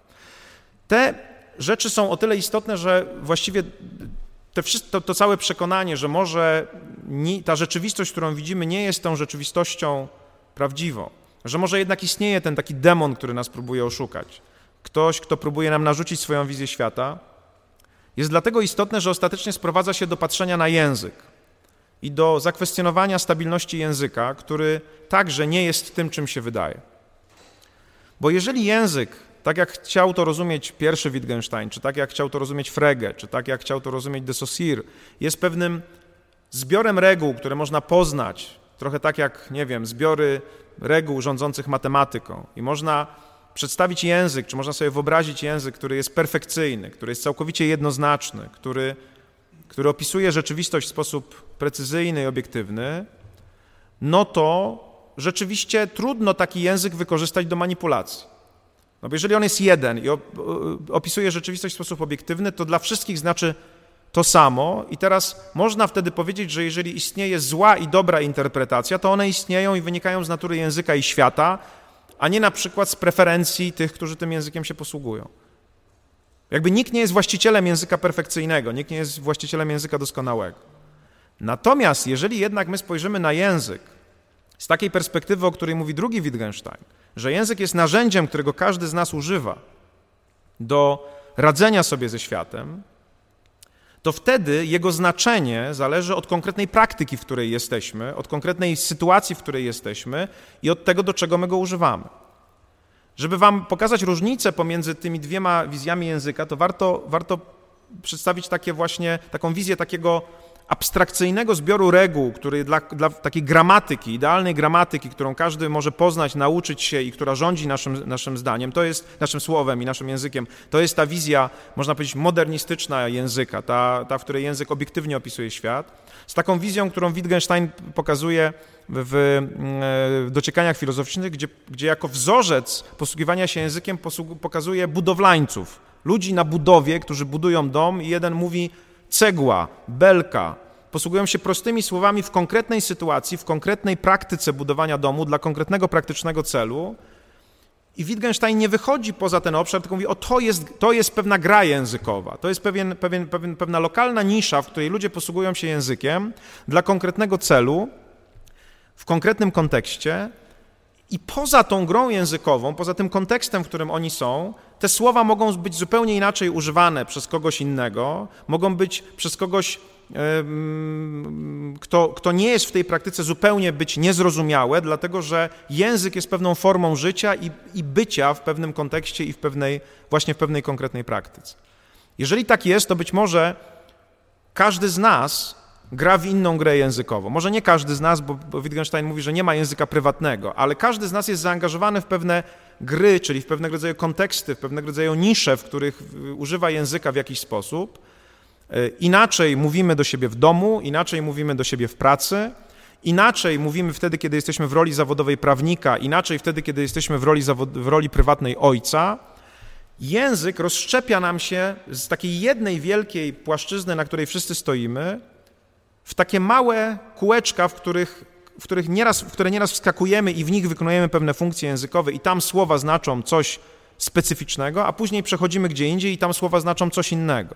Te rzeczy są o tyle istotne, że właściwie te, to, to całe przekonanie, że może nie, ta rzeczywistość, którą widzimy, nie jest tą rzeczywistością prawdziwą, że może jednak istnieje ten taki demon, który nas próbuje oszukać, ktoś, kto próbuje nam narzucić swoją wizję świata, jest dlatego istotne, że ostatecznie sprowadza się do patrzenia na język i do zakwestionowania stabilności języka, który także nie jest tym, czym się wydaje. Bo jeżeli język, tak jak chciał to rozumieć pierwszy Wittgenstein, czy tak jak chciał to rozumieć Frege, czy tak jak chciał to rozumieć de Saussure, jest pewnym zbiorem reguł, które można poznać, trochę tak jak, nie wiem, zbiory reguł rządzących matematyką i można przedstawić język, czy można sobie wyobrazić język, który jest perfekcyjny, który jest całkowicie jednoznaczny, który, który opisuje rzeczywistość w sposób precyzyjny i obiektywny, no to rzeczywiście trudno taki język wykorzystać do manipulacji. No bo jeżeli on jest jeden i opisuje rzeczywistość w sposób obiektywny, to dla wszystkich znaczy to samo i teraz można wtedy powiedzieć, że jeżeli istnieje zła i dobra interpretacja, to one istnieją i wynikają z natury języka i świata, a nie na przykład z preferencji tych, którzy tym językiem się posługują. Jakby nikt nie jest właścicielem języka perfekcyjnego, nikt nie jest właścicielem języka doskonałego. Natomiast jeżeli jednak my spojrzymy na język z takiej perspektywy, o której mówi drugi Wittgenstein, że język jest narzędziem, którego każdy z nas używa do radzenia sobie ze światem, to wtedy jego znaczenie zależy od konkretnej praktyki, w której jesteśmy, od konkretnej sytuacji, w której jesteśmy i od tego, do czego my go używamy. Żeby wam pokazać różnicę pomiędzy tymi dwiema wizjami języka, to warto, warto przedstawić takie właśnie, taką wizję takiego abstrakcyjnego zbioru reguł, który dla, dla takiej gramatyki, idealnej gramatyki, którą każdy może poznać, nauczyć się i która rządzi naszym, naszym zdaniem, to jest naszym słowem i naszym językiem, to jest ta wizja, można powiedzieć, modernistyczna języka, ta, ta w której język obiektywnie opisuje świat, z taką wizją, którą Wittgenstein pokazuje w, w dociekaniach filozoficznych, gdzie, gdzie jako wzorzec posługiwania się językiem posług, pokazuje budowlańców, ludzi na budowie, którzy budują dom i jeden mówi cegła, belka, posługują się prostymi słowami w konkretnej sytuacji, w konkretnej praktyce budowania domu dla konkretnego praktycznego celu i Wittgenstein nie wychodzi poza ten obszar, tylko mówi, o to jest, to jest pewna gra językowa, to jest pewien, pewien, pewien, pewna lokalna nisza, w której ludzie posługują się językiem dla konkretnego celu, w konkretnym kontekście I poza tą grą językową, poza tym kontekstem, w którym oni są, te słowa mogą być zupełnie inaczej używane przez kogoś innego, mogą być przez kogoś, kto, kto nie jest w tej praktyce, zupełnie być niezrozumiałe, dlatego że język jest pewną formą życia i, i bycia w pewnym kontekście i w pewnej, właśnie w pewnej konkretnej praktyce. Jeżeli tak jest, to być może każdy z nas gra w inną grę językową. Może nie każdy z nas, bo, bo Wittgenstein mówi, że nie ma języka prywatnego, ale każdy z nas jest zaangażowany w pewne gry, czyli w pewnego rodzaju konteksty, w pewnego rodzaju nisze, w których używa języka w jakiś sposób. Inaczej mówimy do siebie w domu, inaczej mówimy do siebie w pracy, inaczej mówimy wtedy, kiedy jesteśmy w roli zawodowej prawnika, inaczej wtedy, kiedy jesteśmy w roli, zawod- w roli prywatnej ojca. Język rozszczepia nam się z takiej jednej wielkiej płaszczyzny, na której wszyscy stoimy, w takie małe kółeczka, w których, w których nieraz, w które nieraz wskakujemy i w nich wykonujemy pewne funkcje językowe i tam słowa znaczą coś specyficznego, a później przechodzimy gdzie indziej i tam słowa znaczą coś innego.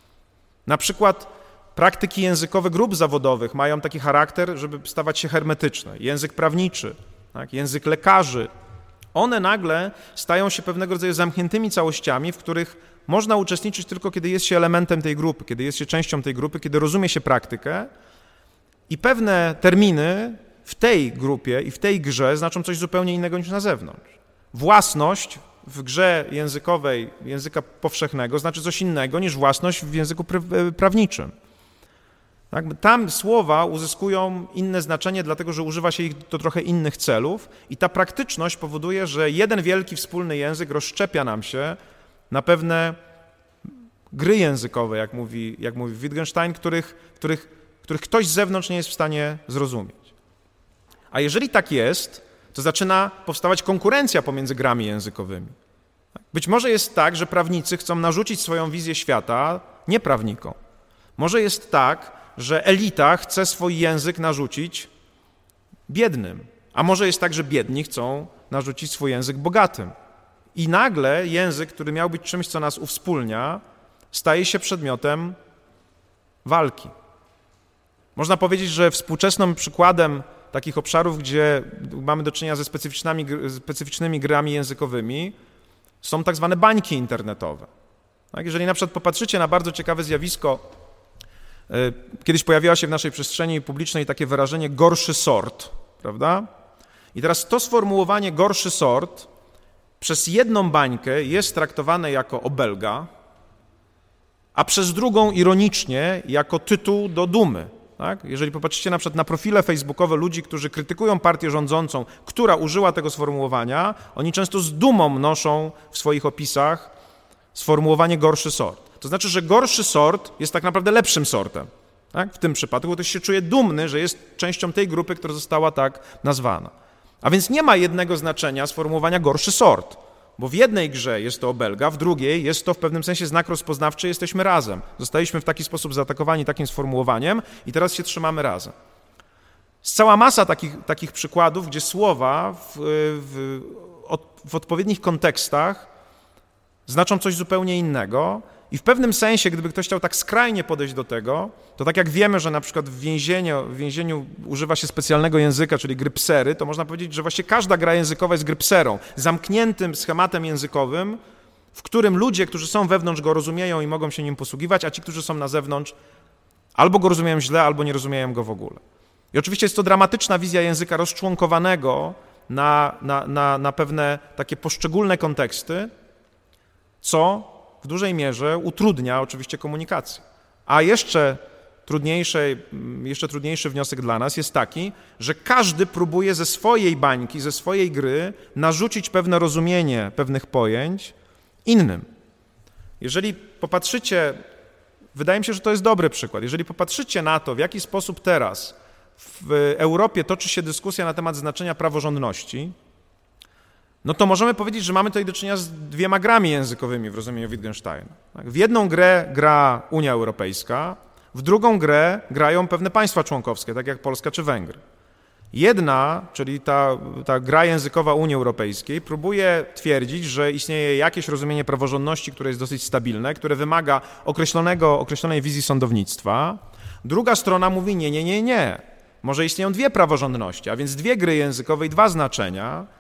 Na przykład praktyki językowe grup zawodowych mają taki charakter, żeby stawać się hermetyczne. Język prawniczy, tak? Język lekarzy. One nagle stają się pewnego rodzaju zamkniętymi całościami, w których można uczestniczyć tylko, kiedy jest się elementem tej grupy, kiedy jest się częścią tej grupy, kiedy rozumie się praktykę i pewne terminy w tej grupie i w tej grze znaczą coś zupełnie innego niż na zewnątrz. Własność w grze językowej, języka powszechnego znaczy coś innego niż własność w języku prawniczym. Tak? Tam słowa uzyskują inne znaczenie, dlatego że używa się ich do trochę innych celów i ta praktyczność powoduje, że jeden wielki wspólny język rozszczepia nam się na pewne gry językowe, jak mówi, jak mówi Wittgenstein, których, których, których ktoś z zewnątrz nie jest w stanie zrozumieć. A jeżeli tak jest, to zaczyna powstawać konkurencja pomiędzy grami językowymi. Być może jest tak, że prawnicy chcą narzucić swoją wizję świata nieprawnikom. Może jest tak, że elita chce swój język narzucić biednym, a może jest tak, że biedni chcą narzucić swój język bogatym. I nagle język, który miał być czymś, co nas uwspólnia, staje się przedmiotem walki. Można powiedzieć, że współczesnym przykładem takich obszarów, gdzie mamy do czynienia ze specyficznymi, specyficznymi grami językowymi, są tak zwane bańki internetowe. Tak? Jeżeli na przykład popatrzycie na bardzo ciekawe zjawisko, kiedyś pojawiło się w naszej przestrzeni publicznej takie wyrażenie gorszy sort, prawda? I teraz to sformułowanie gorszy sort przez jedną bańkę jest traktowane jako obelga, a przez drugą ironicznie jako tytuł do dumy. Tak? Jeżeli popatrzycie na przykład na profile facebookowe ludzi, którzy krytykują partię rządzącą, która użyła tego sformułowania, oni często z dumą noszą w swoich opisach sformułowanie gorszy sort. To znaczy, że gorszy sort jest tak naprawdę lepszym sortem. Tak? W tym przypadku ktoś się czuje dumny, że jest częścią tej grupy, która została tak nazwana. A więc nie ma jednego znaczenia sformułowania gorszy sort, bo w jednej grze jest to obelga, w drugiej jest to w pewnym sensie znak rozpoznawczy, jesteśmy razem. Zostaliśmy w taki sposób zaatakowani takim sformułowaniem i teraz się trzymamy razem. Jest cała masa takich, takich przykładów, gdzie słowa w, w, od, w odpowiednich kontekstach znaczą coś zupełnie innego i w pewnym sensie, gdyby ktoś chciał tak skrajnie podejść do tego, to tak jak wiemy, że na przykład w więzieniu, w więzieniu używa się specjalnego języka, czyli gry psery, to można powiedzieć, że właśnie każda gra językowa jest grypserą, zamkniętym schematem językowym, w którym ludzie, którzy są wewnątrz, go rozumieją i mogą się nim posługiwać, a ci, którzy są na zewnątrz, albo go rozumieją źle, albo nie rozumieją go w ogóle. I oczywiście jest to dramatyczna wizja języka rozczłonkowanego na, na, na, na pewne takie poszczególne konteksty, co w dużej mierze utrudnia oczywiście komunikację. A jeszcze trudniejszy, jeszcze trudniejszy wniosek dla nas jest taki, że każdy próbuje ze swojej bańki, ze swojej gry narzucić pewne rozumienie pewnych pojęć innym. Jeżeli popatrzycie, wydaje mi się, że to jest dobry przykład, jeżeli popatrzycie na to, w jaki sposób teraz w Europie toczy się dyskusja na temat znaczenia praworządności, no to możemy powiedzieć, że mamy tutaj do czynienia z dwiema grami językowymi w rozumieniu Wittgensteina. W jedną grę gra Unia Europejska, w drugą grę grają pewne państwa członkowskie, tak jak Polska czy Węgry. Jedna, czyli ta, ta gra językowa Unii Europejskiej, próbuje twierdzić, że istnieje jakieś rozumienie praworządności, które jest dosyć stabilne, które wymaga określonego, określonej wizji sądownictwa. Druga strona mówi nie, nie, nie, nie. Może istnieją dwie praworządności, a więc dwie gry językowe i dwa znaczenia,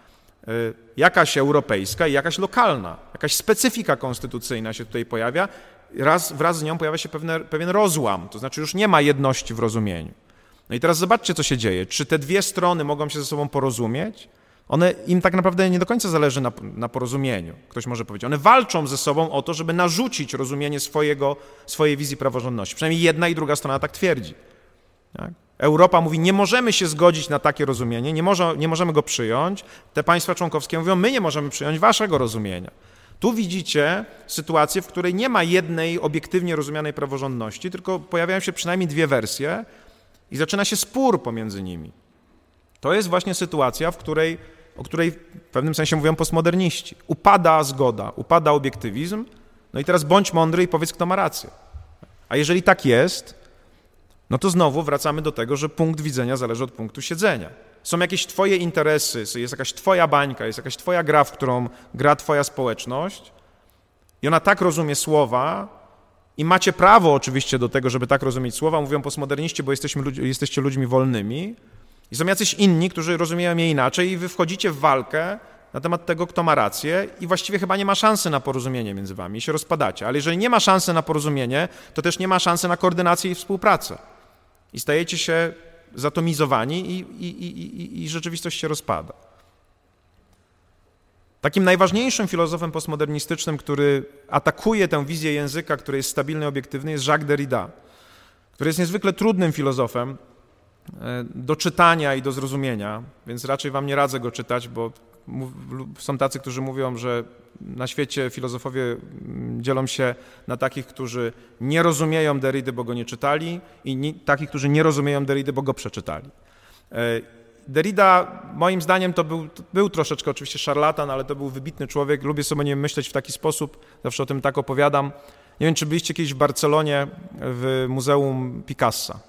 Jakaś europejska i jakaś lokalna, jakaś specyfika konstytucyjna się tutaj pojawia, raz, wraz z nią pojawia się pewne, pewien rozłam, to znaczy już nie ma jedności w rozumieniu. No i teraz zobaczcie, co się dzieje. Czy te dwie strony mogą się ze sobą porozumieć? One, im tak naprawdę nie do końca zależy na, na porozumieniu, ktoś może powiedzieć. One walczą ze sobą o to, żeby narzucić rozumienie swojego, swojej wizji praworządności. Przynajmniej jedna i druga strona tak twierdzi. Tak? Europa mówi, nie możemy się zgodzić na takie rozumienie, nie, może, nie możemy go przyjąć. Te państwa członkowskie mówią, my nie możemy przyjąć waszego rozumienia. Tu widzicie sytuację, w której nie ma jednej obiektywnie rozumianej praworządności, tylko pojawiają się przynajmniej dwie wersje i zaczyna się spór pomiędzy nimi. To jest właśnie sytuacja, w której, o której w pewnym sensie mówią postmoderniści. Upada zgoda, upada obiektywizm, no i teraz bądź mądry i powiedz, kto ma rację. A jeżeli tak jest, no to znowu wracamy do tego, że punkt widzenia zależy od punktu siedzenia. Są jakieś twoje interesy, jest jakaś twoja bańka, jest jakaś twoja gra, w którą gra twoja społeczność i ona tak rozumie słowa i macie prawo oczywiście do tego, żeby tak rozumieć słowa, mówią postmoderniści, bo jesteśmy, jesteście ludźmi wolnymi i są jacyś inni, którzy rozumieją je inaczej i wy wchodzicie w walkę na temat tego, kto ma rację i właściwie chyba nie ma szansy na porozumienie między wami i się rozpadacie. Ale jeżeli nie ma szansy na porozumienie, to też nie ma szansy na koordynację i współpracę. I stajecie się zatomizowani i, i, i, i, i rzeczywistość się rozpada. Takim najważniejszym filozofem postmodernistycznym, który atakuje tę wizję języka, który jest stabilny i obiektywny, jest Jacques Derrida, który jest niezwykle trudnym filozofem do czytania i do zrozumienia, więc raczej wam nie radzę go czytać, bo są tacy, którzy mówią, że na świecie filozofowie dzielą się na takich, którzy nie rozumieją Derridy, bo go nie czytali i nie, takich, którzy nie rozumieją Derridy, bo go przeczytali. Derrida, moim zdaniem, to był, to był troszeczkę oczywiście szarlatan, ale to był wybitny człowiek. Lubię sobie o nim myśleć w taki sposób, zawsze o tym tak opowiadam. Nie wiem, czy byliście kiedyś w Barcelonie w Muzeum Picassa.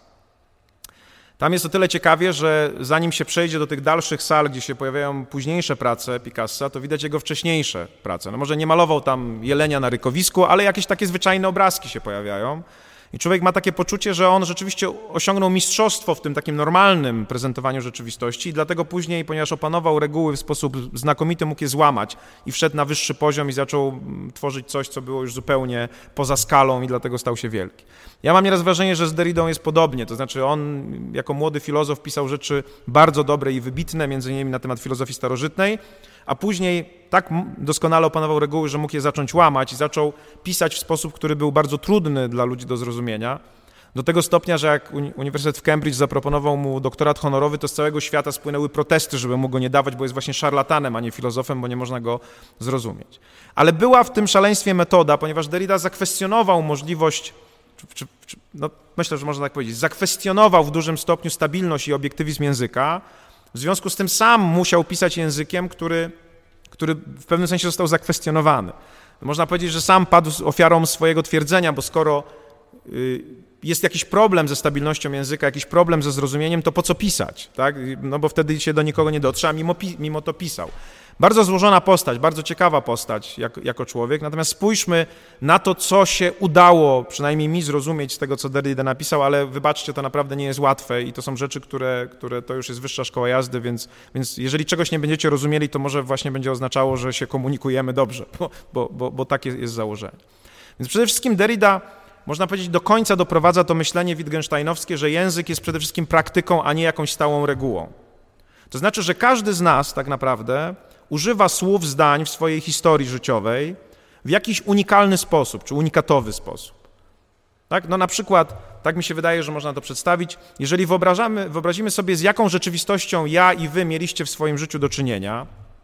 Tam jest o tyle ciekawie, że zanim się przejdzie do tych dalszych sal, gdzie się pojawiają późniejsze prace Picassa, to widać jego wcześniejsze prace. No może nie malował tam jelenia na rykowisku, ale jakieś takie zwyczajne obrazki się pojawiają. I człowiek ma takie poczucie, że on rzeczywiście osiągnął mistrzostwo w tym takim normalnym prezentowaniu rzeczywistości i dlatego później, ponieważ opanował reguły w sposób znakomity, mógł je złamać i wszedł na wyższy poziom i zaczął tworzyć coś, co było już zupełnie poza skalą i dlatego stał się wielki. Ja mam nieraz wrażenie, że z Derridą jest podobnie, to znaczy on jako młody filozof pisał rzeczy bardzo dobre i wybitne, między innymi na temat filozofii starożytnej, a później tak doskonale opanował reguły, że mógł je zacząć łamać i zaczął pisać w sposób, który był bardzo trudny dla ludzi do zrozumienia. Do tego stopnia, że jak Uniwersytet w Cambridge zaproponował mu doktorat honorowy, to z całego świata spłynęły protesty, żeby mu go nie dawać, bo jest właśnie szarlatanem, a nie filozofem, bo nie można go zrozumieć. Ale była w tym szaleństwie metoda, ponieważ Derrida zakwestionował możliwość, czy, czy, czy, no myślę, że można tak powiedzieć, zakwestionował w dużym stopniu stabilność i obiektywizm języka. W związku z tym sam musiał pisać językiem, który, który w pewnym sensie został zakwestionowany. Można powiedzieć, że sam padł ofiarą swojego twierdzenia, bo skoro jest jakiś problem ze stabilnością języka, jakiś problem ze zrozumieniem, to po co pisać? Tak? No bo wtedy się do nikogo nie dotrze, a mimo, mimo to pisał. Bardzo złożona postać, bardzo ciekawa postać jako, jako człowiek, natomiast spójrzmy na to, co się udało, przynajmniej mi zrozumieć z tego, co Derrida napisał, ale wybaczcie, to naprawdę nie jest łatwe i to są rzeczy, które, które to już jest wyższa szkoła jazdy, więc, więc jeżeli czegoś nie będziecie rozumieli, to może właśnie będzie oznaczało, że się komunikujemy dobrze, bo, bo, bo, bo takie jest założenie. Więc przede wszystkim Derrida, można powiedzieć, do końca doprowadza to myślenie wittgensteinowskie, że język jest przede wszystkim praktyką, a nie jakąś stałą regułą. To znaczy, że każdy z nas tak naprawdę używa słów, zdań w swojej historii życiowej w jakiś unikalny sposób, czy unikatowy sposób. Tak? No na przykład, tak mi się wydaje, że można to przedstawić, jeżeli wyobrażamy, wyobrazimy sobie, z jaką rzeczywistością ja i wy mieliście w swoim życiu do czynienia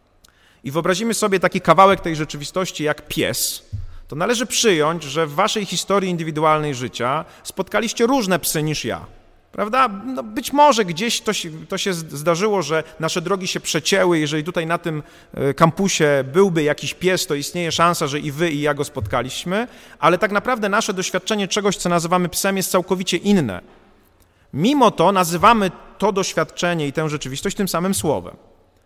i wyobrazimy sobie taki kawałek tej rzeczywistości jak pies, to należy przyjąć, że w waszej historii indywidualnej życia spotkaliście różne psy niż ja. Prawda? No być może gdzieś to się, to się zdarzyło, że nasze drogi się przecięły. Jeżeli tutaj na tym kampusie byłby jakiś pies, to istnieje szansa, że i wy, i ja go spotkaliśmy, ale tak naprawdę nasze doświadczenie czegoś, co nazywamy psem, jest całkowicie inne. Mimo to nazywamy to doświadczenie i tę rzeczywistość tym samym słowem.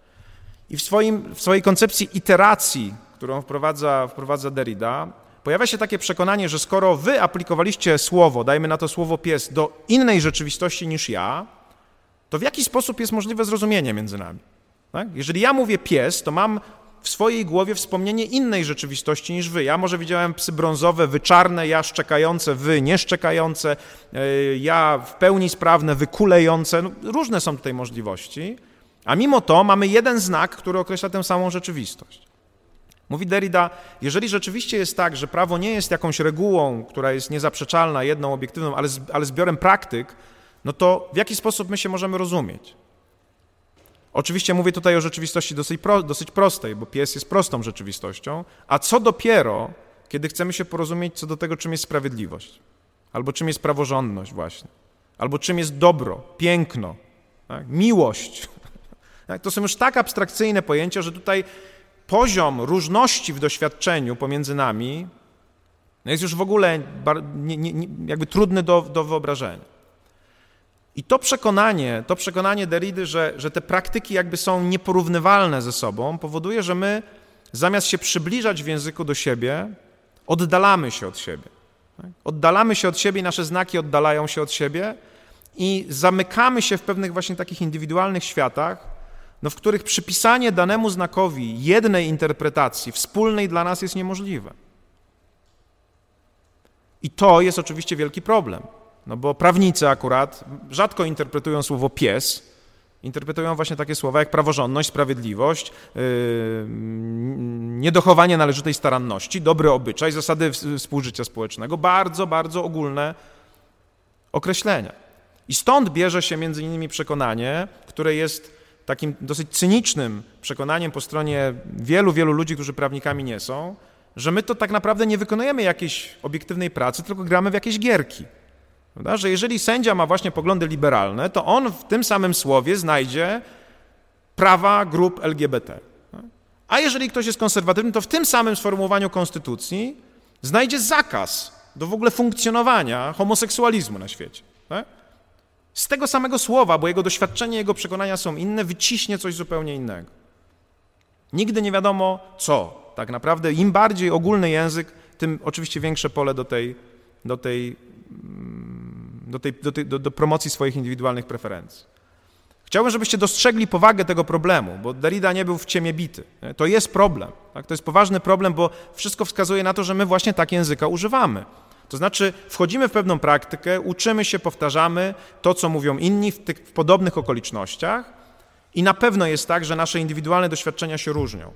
I w, swoim, w swojej koncepcji iteracji, którą wprowadza, wprowadza Derrida, pojawia się takie przekonanie, że skoro wy aplikowaliście słowo, dajmy na to słowo pies, do innej rzeczywistości niż ja, to w jaki sposób jest możliwe zrozumienie między nami? Tak? Jeżeli ja mówię pies, to mam w swojej głowie wspomnienie innej rzeczywistości niż wy. Ja może widziałem psy brązowe, wy czarne, ja szczekające, wy nieszczekające, ja w pełni sprawne, wy kulejące. No, różne są tutaj możliwości, a mimo to mamy jeden znak, który określa tę samą rzeczywistość. Mówi Derrida, jeżeli rzeczywiście jest tak, że prawo nie jest jakąś regułą, która jest niezaprzeczalna, jedną, obiektywną, ale, ale zbiorem praktyk, no to w jaki sposób my się możemy rozumieć? Oczywiście mówię tutaj o rzeczywistości dosyć, pro, dosyć prostej, bo pies jest prostą rzeczywistością, a co dopiero, kiedy chcemy się porozumieć co do tego, czym jest sprawiedliwość, albo czym jest praworządność właśnie, albo czym jest dobro, piękno, tak? Miłość. Tak? To są już tak abstrakcyjne pojęcia, że tutaj poziom różności w doświadczeniu pomiędzy nami jest już w ogóle nie, nie, nie, jakby trudny do, do wyobrażenia. I to przekonanie, to przekonanie Derridy, że, że te praktyki jakby są nieporównywalne ze sobą, powoduje, że my zamiast się przybliżać w języku do siebie, oddalamy się od siebie. Tak? Oddalamy się od siebie i nasze znaki oddalają się od siebie i zamykamy się w pewnych właśnie takich indywidualnych światach, no, w których przypisanie danemu znakowi jednej interpretacji, wspólnej dla nas jest niemożliwe. I to jest oczywiście wielki problem. No bo prawnicy akurat rzadko interpretują słowo pies, interpretują właśnie takie słowa jak praworządność, sprawiedliwość, yy, niedochowanie należytej staranności, dobry obyczaj, zasady współżycia społecznego, bardzo, bardzo ogólne określenia. I stąd bierze się między innymi przekonanie, które jest takim dosyć cynicznym przekonaniem po stronie wielu, wielu ludzi, którzy prawnikami nie są, że my to tak naprawdę nie wykonujemy jakiejś obiektywnej pracy, tylko gramy w jakieś gierki. Prawda? Że jeżeli sędzia ma właśnie poglądy liberalne, to on w tym samym słowie znajdzie prawa grup L G B T. A jeżeli ktoś jest konserwatywny, to w tym samym sformułowaniu konstytucji znajdzie zakaz do w ogóle funkcjonowania homoseksualizmu na świecie. Tak? Z tego samego słowa, bo jego doświadczenie, jego przekonania są inne, wyciśnie coś zupełnie innego. Nigdy nie wiadomo co. Tak naprawdę im bardziej ogólny język, tym oczywiście większe pole do tej, do tej, do tej, do tej, do, do promocji swoich indywidualnych preferencji. Chciałbym, żebyście dostrzegli powagę tego problemu, bo Derrida nie był w ciemię bity. To jest problem. Tak? To jest poważny problem, bo wszystko wskazuje na to, że my właśnie tak języka używamy. To znaczy wchodzimy w pewną praktykę, uczymy się, powtarzamy to, co mówią inni w, tych, w podobnych okolicznościach i na pewno jest tak, że nasze indywidualne doświadczenia się różnią.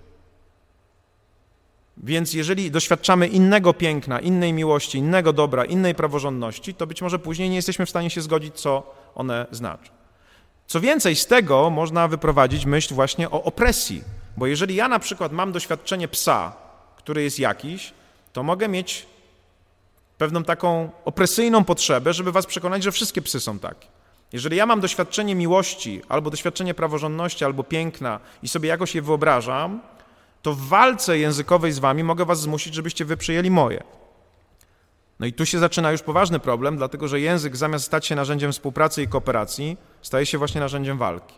Więc jeżeli doświadczamy innego piękna, innej miłości, innego dobra, innej praworządności, to być może później nie jesteśmy w stanie się zgodzić, co one znaczą. Co więcej, z tego można wyprowadzić myśl właśnie o opresji, bo jeżeli ja na przykład mam doświadczenie psa, który jest jakiś, to mogę mieć pewną taką opresyjną potrzebę, żeby was przekonać, że wszystkie psy są takie. Jeżeli ja mam doświadczenie miłości, albo doświadczenie praworządności, albo piękna i sobie jakoś je wyobrażam, to w walce językowej z wami mogę was zmusić, żebyście wy przyjęli moje. No i tu się zaczyna już poważny problem, dlatego że język zamiast stać się narzędziem współpracy i kooperacji, staje się właśnie narzędziem walki.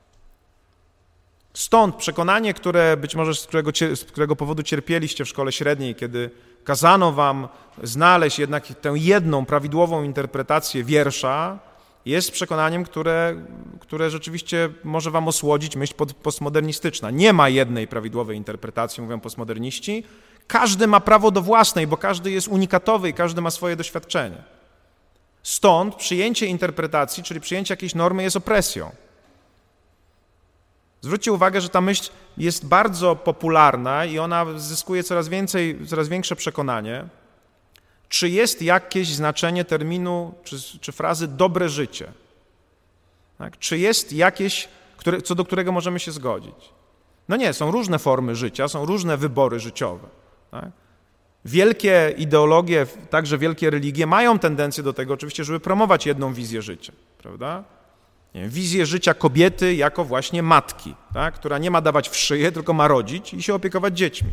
Stąd przekonanie, które być może z którego, z którego powodu cierpieliście w szkole średniej, kiedy kazano wam znaleźć jednak tę jedną prawidłową interpretację wiersza, jest przekonaniem, które, które rzeczywiście może wam osłodzić myśl postmodernistyczna. Nie ma jednej prawidłowej interpretacji, mówią postmoderniści. Każdy ma prawo do własnej, bo każdy jest unikatowy i każdy ma swoje doświadczenie. Stąd przyjęcie interpretacji, czyli przyjęcie jakiejś normy jest opresją. Zwróćcie uwagę, że ta myśl jest bardzo popularna i ona zyskuje coraz więcej, coraz większe przekonanie, czy jest jakieś znaczenie terminu czy, czy frazy dobre życie. Tak? Czy jest jakieś, które, co do którego możemy się zgodzić. No nie, są różne formy życia, są różne wybory życiowe. Tak? Wielkie ideologie, także wielkie religie mają tendencję do tego oczywiście, żeby promować jedną wizję życia, prawda? Nie wiem, wizję życia kobiety jako właśnie matki, tak? Która nie ma dawać w szyję, tylko ma rodzić i się opiekować dziećmi.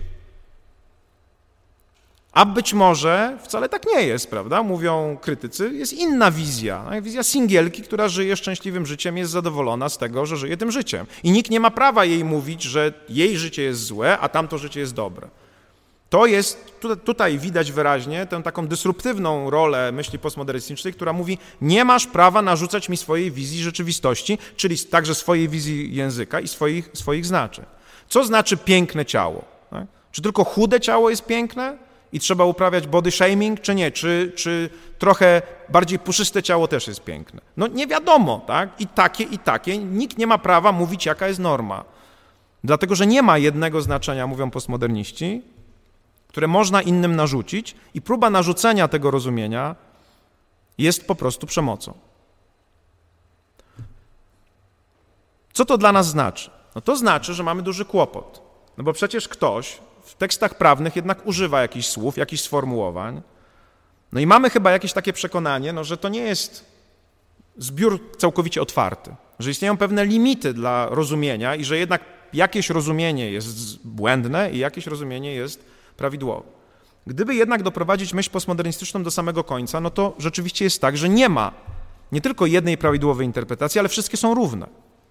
A być może wcale tak nie jest, prawda? Mówią krytycy, jest inna wizja, tak? Wizja singielki, która żyje szczęśliwym życiem, jest zadowolona z tego, że żyje tym życiem. I nikt nie ma prawa jej mówić, że jej życie jest złe, a tamto życie jest dobre. To jest, tutaj widać wyraźnie tę taką dysruptywną rolę myśli postmodernistycznej, która mówi, nie masz prawa narzucać mi swojej wizji rzeczywistości, czyli także swojej wizji języka i swoich, swoich znaczeń. Co znaczy piękne ciało? Tak? Czy tylko chude ciało jest piękne i trzeba uprawiać body shaming, czy nie? Czy, czy trochę bardziej puszyste ciało też jest piękne? No nie wiadomo, tak? I takie, i takie. Nikt nie ma prawa mówić, jaka jest norma. Dlatego, że nie ma jednego znaczenia, mówią postmoderniści, które można innym narzucić i próba narzucenia tego rozumienia jest po prostu przemocą. Co to dla nas znaczy? No to znaczy, że mamy duży kłopot. No bo przecież ktoś w tekstach prawnych jednak używa jakichś słów, jakichś sformułowań. No i mamy chyba jakieś takie przekonanie, no, że to nie jest zbiór całkowicie otwarty, że istnieją pewne limity dla rozumienia i że jednak jakieś rozumienie jest błędne i jakieś rozumienie jest prawidłowe. Gdyby jednak doprowadzić myśl postmodernistyczną do samego końca, no to rzeczywiście jest tak, że nie ma nie tylko jednej prawidłowej interpretacji, ale wszystkie są równe.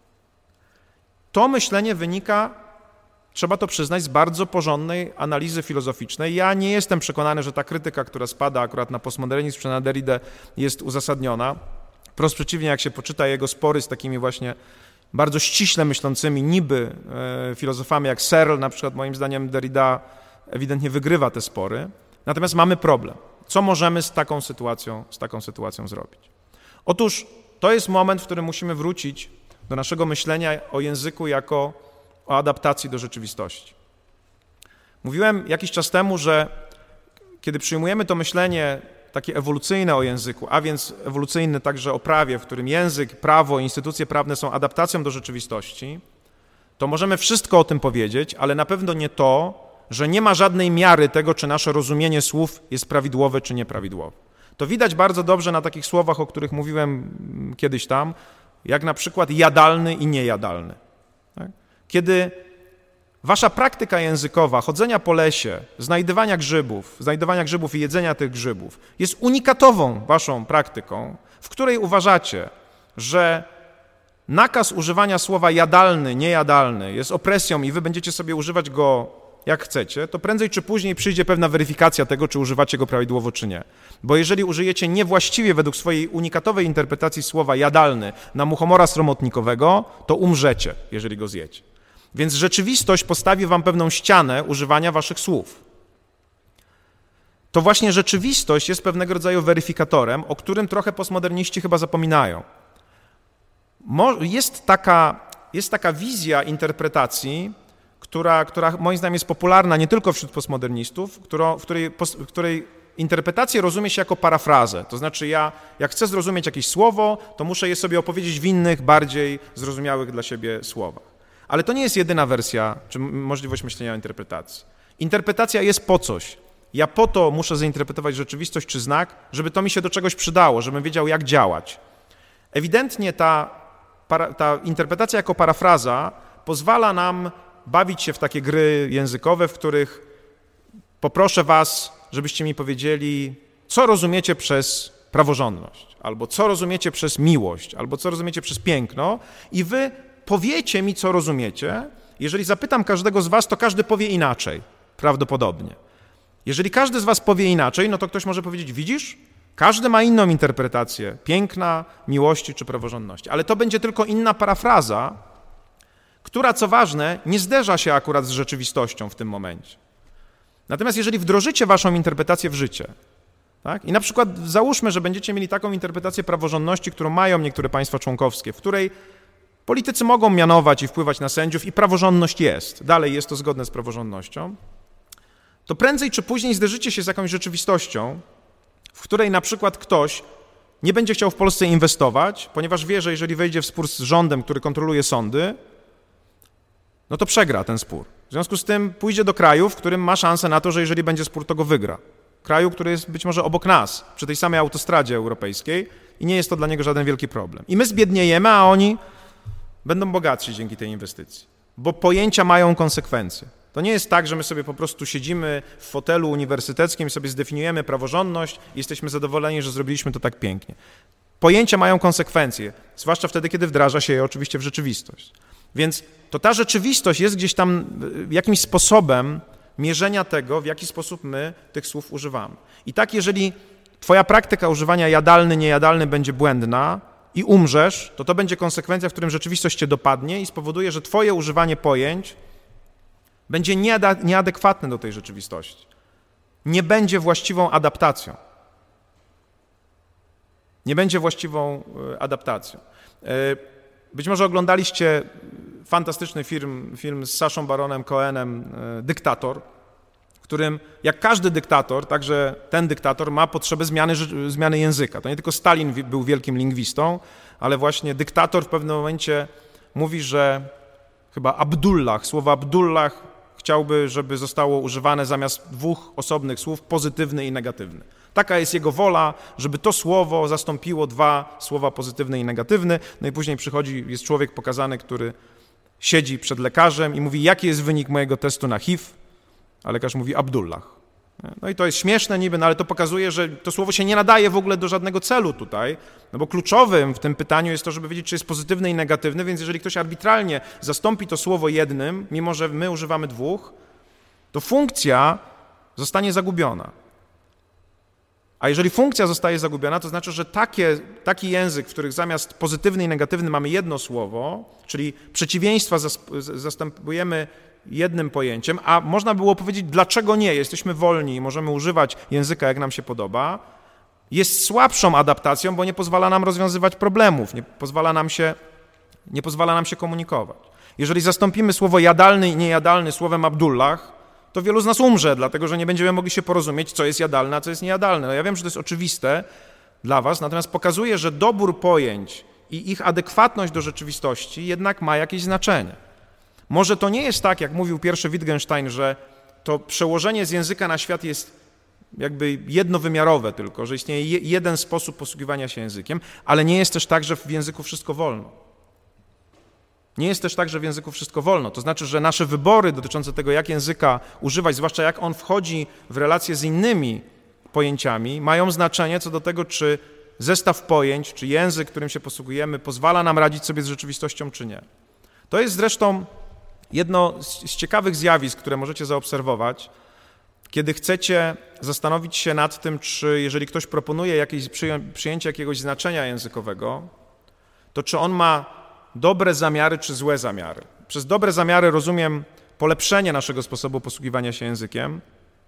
To myślenie wynika, trzeba to przyznać, z bardzo porządnej analizy filozoficznej. Ja nie jestem przekonany, że ta krytyka, która spada akurat na postmodernizm czy na Derridę, jest uzasadniona. Wprost przeciwnie, jak się poczyta jego spory z takimi właśnie bardzo ściśle myślącymi niby e, filozofami jak Searle, na przykład moim zdaniem Derrida ewidentnie wygrywa te spory. Natomiast mamy problem. Co możemy z taką sytuacją, z taką sytuacją zrobić? Otóż to jest moment, w którym musimy wrócić do naszego myślenia o języku jako o adaptacji do rzeczywistości. Mówiłem jakiś czas temu, że kiedy przyjmujemy to myślenie takie ewolucyjne o języku, a więc ewolucyjne także o prawie, w którym język, prawo, instytucje prawne są adaptacją do rzeczywistości, to możemy wszystko o tym powiedzieć, ale na pewno nie to, że nie ma żadnej miary tego, czy nasze rozumienie słów jest prawidłowe, czy nieprawidłowe. To widać bardzo dobrze na takich słowach, o których mówiłem kiedyś tam, jak na przykład jadalny i niejadalny. Tak? Kiedy wasza praktyka językowa, chodzenia po lesie, znajdywania grzybów, znajdywania grzybów i jedzenia tych grzybów jest unikatową waszą praktyką, w której uważacie, że nakaz używania słowa jadalny, niejadalny jest opresją i wy będziecie sobie używać go jak chcecie, to prędzej czy później przyjdzie pewna weryfikacja tego, czy używacie go prawidłowo, czy nie. Bo jeżeli użyjecie niewłaściwie według swojej unikatowej interpretacji słowa jadalny na muchomora sromotnikowego, to umrzecie, jeżeli go zjecie. Więc rzeczywistość postawi wam pewną ścianę używania waszych słów. To właśnie rzeczywistość jest pewnego rodzaju weryfikatorem, o którym trochę postmoderniści chyba zapominają. Jest taka, jest taka wizja interpretacji, która, która moim zdaniem jest popularna nie tylko wśród postmodernistów, która, w, której, w której interpretację rozumie się jako parafrazę. To znaczy ja, jak chcę zrozumieć jakieś słowo, to muszę je sobie opowiedzieć w innych, bardziej zrozumiałych dla siebie słowach. Ale to nie jest jedyna wersja, czy możliwość myślenia o interpretacji. Interpretacja jest po coś. Ja po to muszę zinterpretować rzeczywistość czy znak, żeby to mi się do czegoś przydało, żebym wiedział, jak działać. Ewidentnie ta, para, ta interpretacja jako parafraza pozwala nam bawić się w takie gry językowe, w których poproszę was, żebyście mi powiedzieli, co rozumiecie przez praworządność, albo co rozumiecie przez miłość, albo co rozumiecie przez piękno i wy powiecie mi, co rozumiecie. Jeżeli zapytam każdego z was, to każdy powie inaczej, prawdopodobnie. Jeżeli każdy z was powie inaczej, no to ktoś może powiedzieć, widzisz, każdy ma inną interpretację piękna, miłości czy praworządności, ale to będzie tylko inna parafraza, która, co ważne, nie zderza się akurat z rzeczywistością w tym momencie. Natomiast jeżeli wdrożycie waszą interpretację w życie, tak, i na przykład załóżmy, że będziecie mieli taką interpretację praworządności, którą mają niektóre państwa członkowskie, w której politycy mogą mianować i wpływać na sędziów i praworządność jest, dalej jest to zgodne z praworządnością, to prędzej czy później zderzycie się z jakąś rzeczywistością, w której na przykład ktoś nie będzie chciał w Polsce inwestować, ponieważ wie, że jeżeli wejdzie w spór z rządem, który kontroluje sądy, no to przegra ten spór. W związku z tym pójdzie do kraju, w którym ma szansę na to, że jeżeli będzie spór, to go wygra. Kraju, który jest być może obok nas, przy tej samej autostradzie europejskiej i nie jest to dla niego żaden wielki problem. I my zbiedniejemy, a oni będą bogatsi dzięki tej inwestycji, bo pojęcia mają konsekwencje. To nie jest tak, że my sobie po prostu siedzimy w fotelu uniwersyteckim i sobie zdefiniujemy praworządność i jesteśmy zadowoleni, że zrobiliśmy to tak pięknie. Pojęcia mają konsekwencje, zwłaszcza wtedy, kiedy wdraża się je oczywiście w rzeczywistość. Więc to ta rzeczywistość jest gdzieś tam jakimś sposobem mierzenia tego, w jaki sposób my tych słów używamy. I tak, jeżeli twoja praktyka używania jadalny, niejadalny będzie błędna i umrzesz, to to będzie konsekwencja, w którym rzeczywistość cię dopadnie i spowoduje, że twoje używanie pojęć będzie nieadekwatne do tej rzeczywistości. Nie będzie właściwą adaptacją. Nie będzie właściwą adaptacją. Być może oglądaliście fantastyczny film, film z Saszą Baronem Cohenem, Dyktator, w którym jak każdy dyktator, także ten dyktator ma potrzebę zmiany, zmiany języka. To nie tylko Stalin był wielkim lingwistą, ale właśnie dyktator w pewnym momencie mówi, że chyba Abdullah, słowo Abdullah chciałby, żeby zostało używane zamiast dwóch osobnych słów pozytywny i negatywny. Taka jest jego wola, żeby to słowo zastąpiło dwa słowa pozytywny i negatywny. No i później przychodzi, jest człowiek pokazany, który siedzi przed lekarzem i mówi, jaki jest wynik mojego testu na H I V, a lekarz mówi Abdullah. No i to jest śmieszne niby, no ale to pokazuje, że to słowo się nie nadaje w ogóle do żadnego celu tutaj, no bo kluczowym w tym pytaniu jest to, żeby wiedzieć, czy jest pozytywny i negatywny, więc jeżeli ktoś arbitralnie zastąpi to słowo jednym, mimo że my używamy dwóch, to funkcja zostanie zagubiona. A jeżeli funkcja zostaje zagubiona, to znaczy, że takie, taki język, w których zamiast pozytywny i negatywny mamy jedno słowo, czyli przeciwieństwa zastępujemy jednym pojęciem, a można było powiedzieć, dlaczego nie, jesteśmy wolni i możemy używać języka, jak nam się podoba, jest słabszą adaptacją, bo nie pozwala nam rozwiązywać problemów, nie pozwala nam się, nie pozwala nam się komunikować. Jeżeli zastąpimy słowo jadalny i niejadalny słowem Abdullah, to wielu z nas umrze, dlatego że nie będziemy mogli się porozumieć, co jest jadalne, a co jest niejadalne. No ja wiem, że to jest oczywiste dla was, natomiast pokazuje, że dobór pojęć i ich adekwatność do rzeczywistości jednak ma jakieś znaczenie. Może to nie jest tak, jak mówił pierwszy Wittgenstein, że to przełożenie z języka na świat jest jakby jednowymiarowe tylko, że istnieje jeden sposób posługiwania się językiem, ale nie jest też tak, że w języku wszystko wolno. Nie jest też tak, że w języku wszystko wolno. To znaczy, że nasze wybory dotyczące tego, jak języka używać, zwłaszcza jak on wchodzi w relacje z innymi pojęciami, mają znaczenie co do tego, czy zestaw pojęć, czy język, którym się posługujemy, pozwala nam radzić sobie z rzeczywistością, czy nie. To jest zresztą jedno z ciekawych zjawisk, które możecie zaobserwować, kiedy chcecie zastanowić się nad tym, czy jeżeli ktoś proponuje jakieś przyjęcie jakiegoś znaczenia językowego, to czy on ma dobre zamiary czy złe zamiary. Przez dobre zamiary rozumiem polepszenie naszego sposobu posługiwania się językiem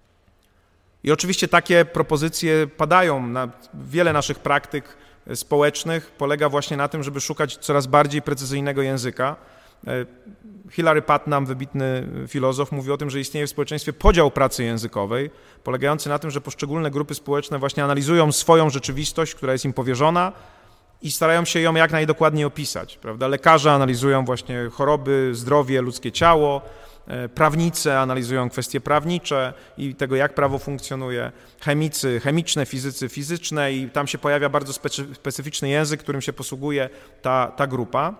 i oczywiście takie propozycje padają. Na wiele naszych praktyk społecznych polega właśnie na tym, żeby szukać coraz bardziej precyzyjnego języka. Hilary Putnam, wybitny filozof, mówi o tym, że istnieje w społeczeństwie podział pracy językowej, polegający na tym, że poszczególne grupy społeczne właśnie analizują swoją rzeczywistość, która jest im powierzona, i starają się ją jak najdokładniej opisać, prawda? Lekarze analizują właśnie choroby, zdrowie, ludzkie ciało, prawnicy analizują kwestie prawnicze i tego, jak prawo funkcjonuje, chemicy, chemiczne, fizycy, fizyczne i tam się pojawia bardzo specyficzny język, którym się posługuje ta, ta grupa.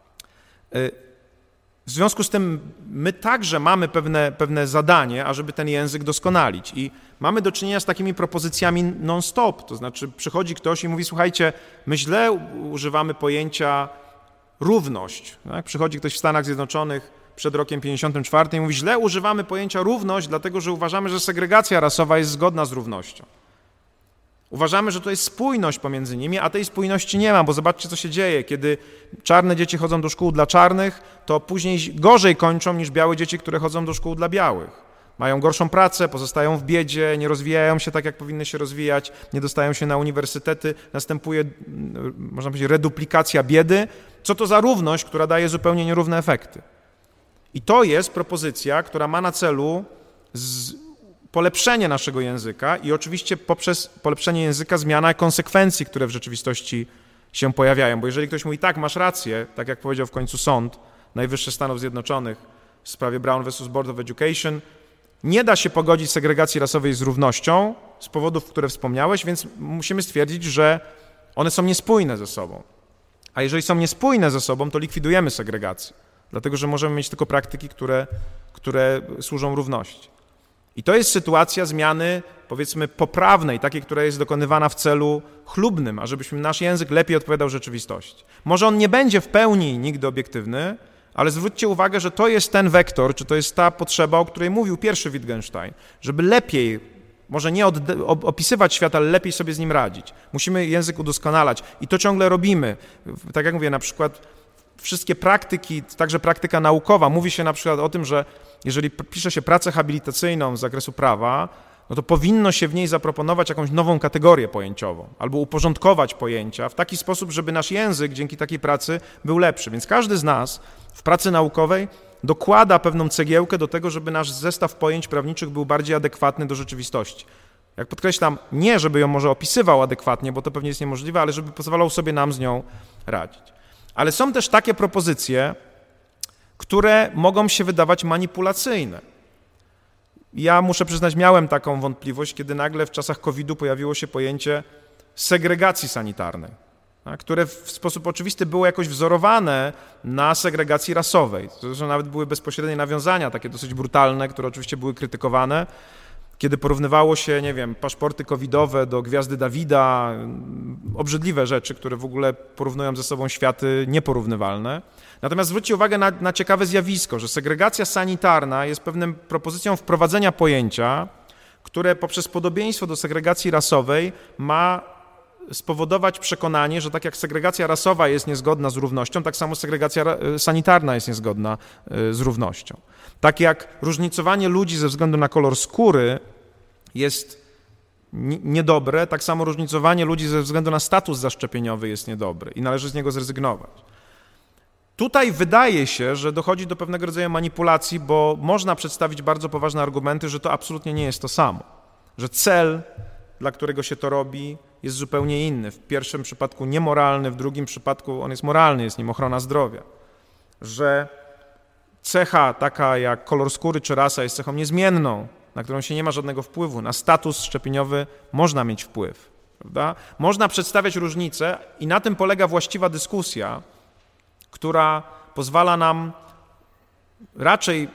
W związku z tym my także mamy pewne, pewne zadanie, ażeby ten język doskonalić i mamy do czynienia z takimi propozycjami non-stop, to znaczy przychodzi ktoś i mówi, słuchajcie, my źle używamy pojęcia równość. Tak? Przychodzi ktoś w Stanach Zjednoczonych przed rokiem pięćdziesiątym czwartym i mówi, źle używamy pojęcia równość, dlatego że uważamy, że segregacja rasowa jest zgodna z równością. Uważamy, że to jest spójność pomiędzy nimi, a tej spójności nie ma, bo zobaczcie, co się dzieje. Kiedy czarne dzieci chodzą do szkół dla czarnych, to później gorzej kończą niż białe dzieci, które chodzą do szkół dla białych. Mają gorszą pracę, pozostają w biedzie, nie rozwijają się tak, jak powinny się rozwijać, nie dostają się na uniwersytety, następuje, można powiedzieć, reduplikacja biedy. Co to za równość, która daje zupełnie nierówne efekty? I to jest propozycja, która ma na celu z polepszenie naszego języka i oczywiście poprzez polepszenie języka zmiana konsekwencji, które w rzeczywistości się pojawiają. Bo jeżeli ktoś mówi, tak, masz rację, tak jak powiedział w końcu sąd Najwyższy Stanów Zjednoczonych w sprawie Brown versus Board of Education, nie da się pogodzić segregacji rasowej z równością z powodów, które wspomniałeś, więc musimy stwierdzić, że one są niespójne ze sobą. A jeżeli są niespójne ze sobą, to likwidujemy segregację, dlatego że możemy mieć tylko praktyki, które, które służą równości. I to jest sytuacja zmiany, powiedzmy, poprawnej, takiej, która jest dokonywana w celu chlubnym, ażebyśmy nasz język lepiej odpowiadał rzeczywistości. Może on nie będzie w pełni nigdy obiektywny, ale zwróćcie uwagę, że to jest ten wektor, czy to jest ta potrzeba, o której mówił pierwszy Wittgenstein, żeby lepiej, może nie opisywać świat, ale lepiej sobie z nim radzić. Musimy język udoskonalać i to ciągle robimy. Tak jak mówię, na przykład wszystkie praktyki, także praktyka naukowa, mówi się na przykład o tym, że jeżeli pisze się pracę habilitacyjną z zakresu prawa, no to powinno się w niej zaproponować jakąś nową kategorię pojęciową albo uporządkować pojęcia w taki sposób, żeby nasz język dzięki takiej pracy był lepszy. Więc każdy z nas w pracy naukowej dokłada pewną cegiełkę do tego, żeby nasz zestaw pojęć prawniczych był bardziej adekwatny do rzeczywistości. Jak podkreślam, nie żeby ją może opisywał adekwatnie, bo to pewnie jest niemożliwe, ale żeby pozwalał sobie nam z nią radzić. Ale są też takie propozycje, które mogą się wydawać manipulacyjne. Ja muszę przyznać, miałem taką wątpliwość, kiedy nagle w czasach kowida pojawiło się pojęcie segregacji sanitarnej, które w sposób oczywisty było jakoś wzorowane na segregacji rasowej. Zresztą nawet były bezpośrednie nawiązania, takie dosyć brutalne, które oczywiście były krytykowane, kiedy porównywało się, nie wiem, paszporty covidowe do Gwiazdy Dawida, obrzydliwe rzeczy, które w ogóle porównują ze sobą światy nieporównywalne. Natomiast zwróćcie uwagę na, na ciekawe zjawisko, że segregacja sanitarna jest pewną propozycją wprowadzenia pojęcia, które poprzez podobieństwo do segregacji rasowej ma spowodować przekonanie, że tak jak segregacja rasowa jest niezgodna z równością, tak samo segregacja sanitarna jest niezgodna z równością. Tak jak różnicowanie ludzi ze względu na kolor skóry jest niedobre, tak samo różnicowanie ludzi ze względu na status zaszczepieniowy jest niedobre i należy z niego zrezygnować. Tutaj wydaje się, że dochodzi do pewnego rodzaju manipulacji, bo można przedstawić bardzo poważne argumenty, że to absolutnie nie jest to samo, że cel, dla którego się to robi, jest zupełnie inny. W pierwszym przypadku niemoralny, w drugim przypadku on jest moralny, jest nim ochrona zdrowia. Że cecha taka jak kolor skóry czy rasa jest cechą niezmienną, na którą się nie ma żadnego wpływu. Na status szczepieniowy można mieć wpływ, prawda? Można przedstawiać różnice i na tym polega właściwa dyskusja, która pozwala nam raczej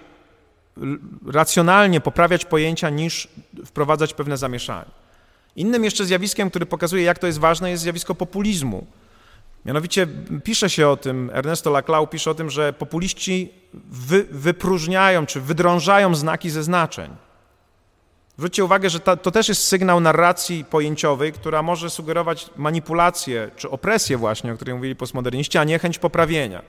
racjonalnie poprawiać pojęcia niż wprowadzać pewne zamieszanie. Innym jeszcze zjawiskiem, który pokazuje, jak to jest ważne, jest zjawisko populizmu. Mianowicie pisze się o tym, Ernesto Laclau pisze o tym, że populiści wy, wypróżniają czy wydrążają znaki ze znaczeń. Zwróćcie uwagę, że ta, to też jest sygnał narracji pojęciowej, która może sugerować manipulację czy opresję właśnie, o której mówili postmoderniści, a nie chęć poprawienia.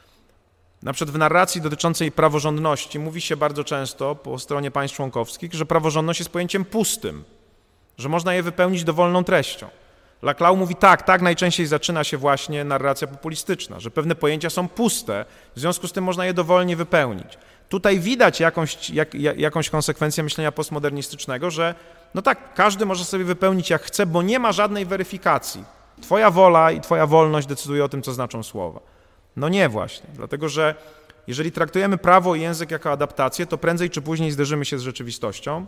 Na przykład w narracji dotyczącej praworządności mówi się bardzo często po stronie państw członkowskich, że praworządność jest pojęciem pustym, że można je wypełnić dowolną treścią. Laclau mówi tak, tak najczęściej zaczyna się właśnie narracja populistyczna, że pewne pojęcia są puste, w związku z tym można je dowolnie wypełnić. Tutaj widać jakąś, jak, jakąś konsekwencję myślenia postmodernistycznego, że no tak, każdy może sobie wypełnić jak chce, bo nie ma żadnej weryfikacji. Twoja wola i twoja wolność decyduje o tym, co znaczą słowa. No nie właśnie, dlatego że jeżeli traktujemy prawo i język jako adaptację, to prędzej czy później zderzymy się z rzeczywistością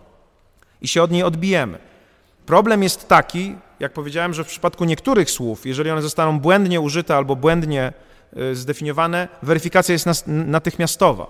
i się od niej odbijemy. Problem jest taki, jak powiedziałem, że w przypadku niektórych słów, jeżeli one zostaną błędnie użyte albo błędnie zdefiniowane, weryfikacja jest natychmiastowa.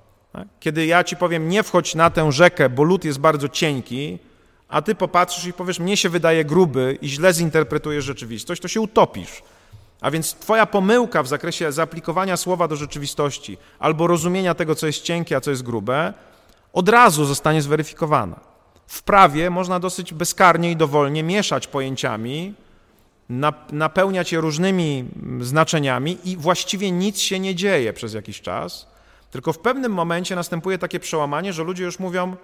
Kiedy ja ci powiem, nie wchodź na tę rzekę, bo lód jest bardzo cienki, a ty popatrzysz i powiesz, mnie się wydaje gruby i źle zinterpretujesz rzeczywistość, to się utopisz. A więc twoja pomyłka w zakresie zaaplikowania słowa do rzeczywistości albo rozumienia tego, co jest cienkie, a co jest grube, od razu zostanie zweryfikowana. W prawie można dosyć bezkarnie i dowolnie mieszać pojęciami, napełniać je różnymi znaczeniami i właściwie nic się nie dzieje przez jakiś czas, tylko w pewnym momencie następuje takie przełamanie, że ludzie już mówią,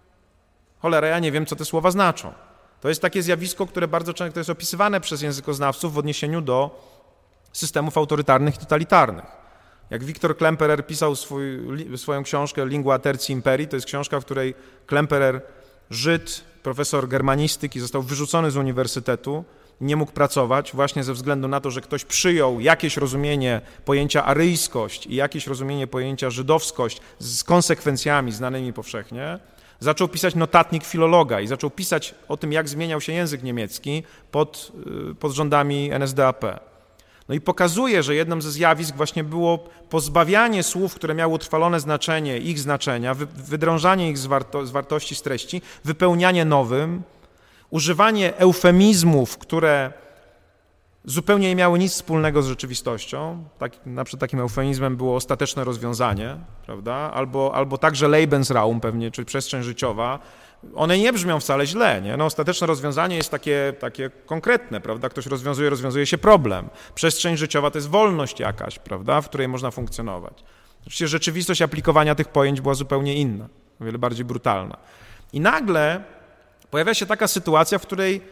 cholera, ja nie wiem, co te słowa znaczą. To jest takie zjawisko, które bardzo często jest opisywane przez językoznawców w odniesieniu do systemów autorytarnych i totalitarnych. Jak Viktor Klemperer pisał swój, swoją książkę Lingua Tertii Imperii, to jest książka, w której Klemperer, Żyd, profesor germanistyki, został wyrzucony z uniwersytetu, nie mógł pracować właśnie ze względu na to, że ktoś przyjął jakieś rozumienie pojęcia aryjskość i jakieś rozumienie pojęcia żydowskość z konsekwencjami znanymi powszechnie. Zaczął pisać notatnik filologa i zaczął pisać o tym, jak zmieniał się język niemiecki pod, pod rządami N S D A P. No i pokazuje, że jednym ze zjawisk właśnie było pozbawianie słów, które miały utrwalone znaczenie, ich znaczenia, wydrążanie ich z, warto, z wartości, z treści, wypełnianie nowym, używanie eufemizmów, które zupełnie nie miały nic wspólnego z rzeczywistością. Tak, na przykład takim eufemizmem było ostateczne rozwiązanie, prawda? Albo, albo także Lebensraum pewnie, czyli przestrzeń życiowa. One nie brzmią wcale źle, nie? No, ostateczne rozwiązanie jest takie, takie konkretne, prawda? Ktoś rozwiązuje, rozwiązuje się problem. Przestrzeń życiowa to jest wolność jakaś, prawda? W której można funkcjonować. Oczywiście rzeczywistość aplikowania tych pojęć była zupełnie inna, o wiele bardziej brutalna. I nagle pojawia się taka sytuacja, w której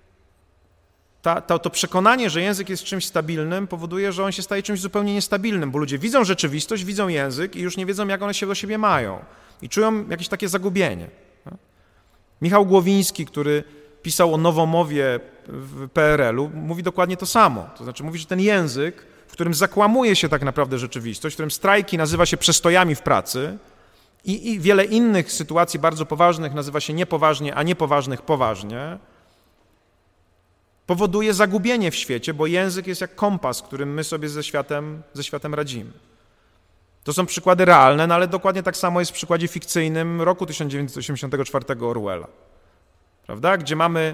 ta, ta, to przekonanie, że język jest czymś stabilnym, powoduje, że on się staje czymś zupełnie niestabilnym, bo ludzie widzą rzeczywistość, widzą język i już nie wiedzą, jak one się do siebie mają. I czują jakieś takie zagubienie. Michał Głowiński, który pisał o nowomowie w P R L u, mówi dokładnie to samo. To znaczy mówi, że ten język, w którym zakłamuje się tak naprawdę rzeczywistość, w którym strajki nazywa się przestojami w pracy i, i wiele innych sytuacji bardzo poważnych nazywa się niepoważnie, a niepoważnych poważnie, powoduje zagubienie w świecie, bo język jest jak kompas, którym my sobie ze światem, ze światem radzimy. To są przykłady realne, no ale dokładnie tak samo jest w przykładzie fikcyjnym roku tysiąc dziewięćset osiemdziesiątego czwartego Orwella, prawda? Gdzie mamy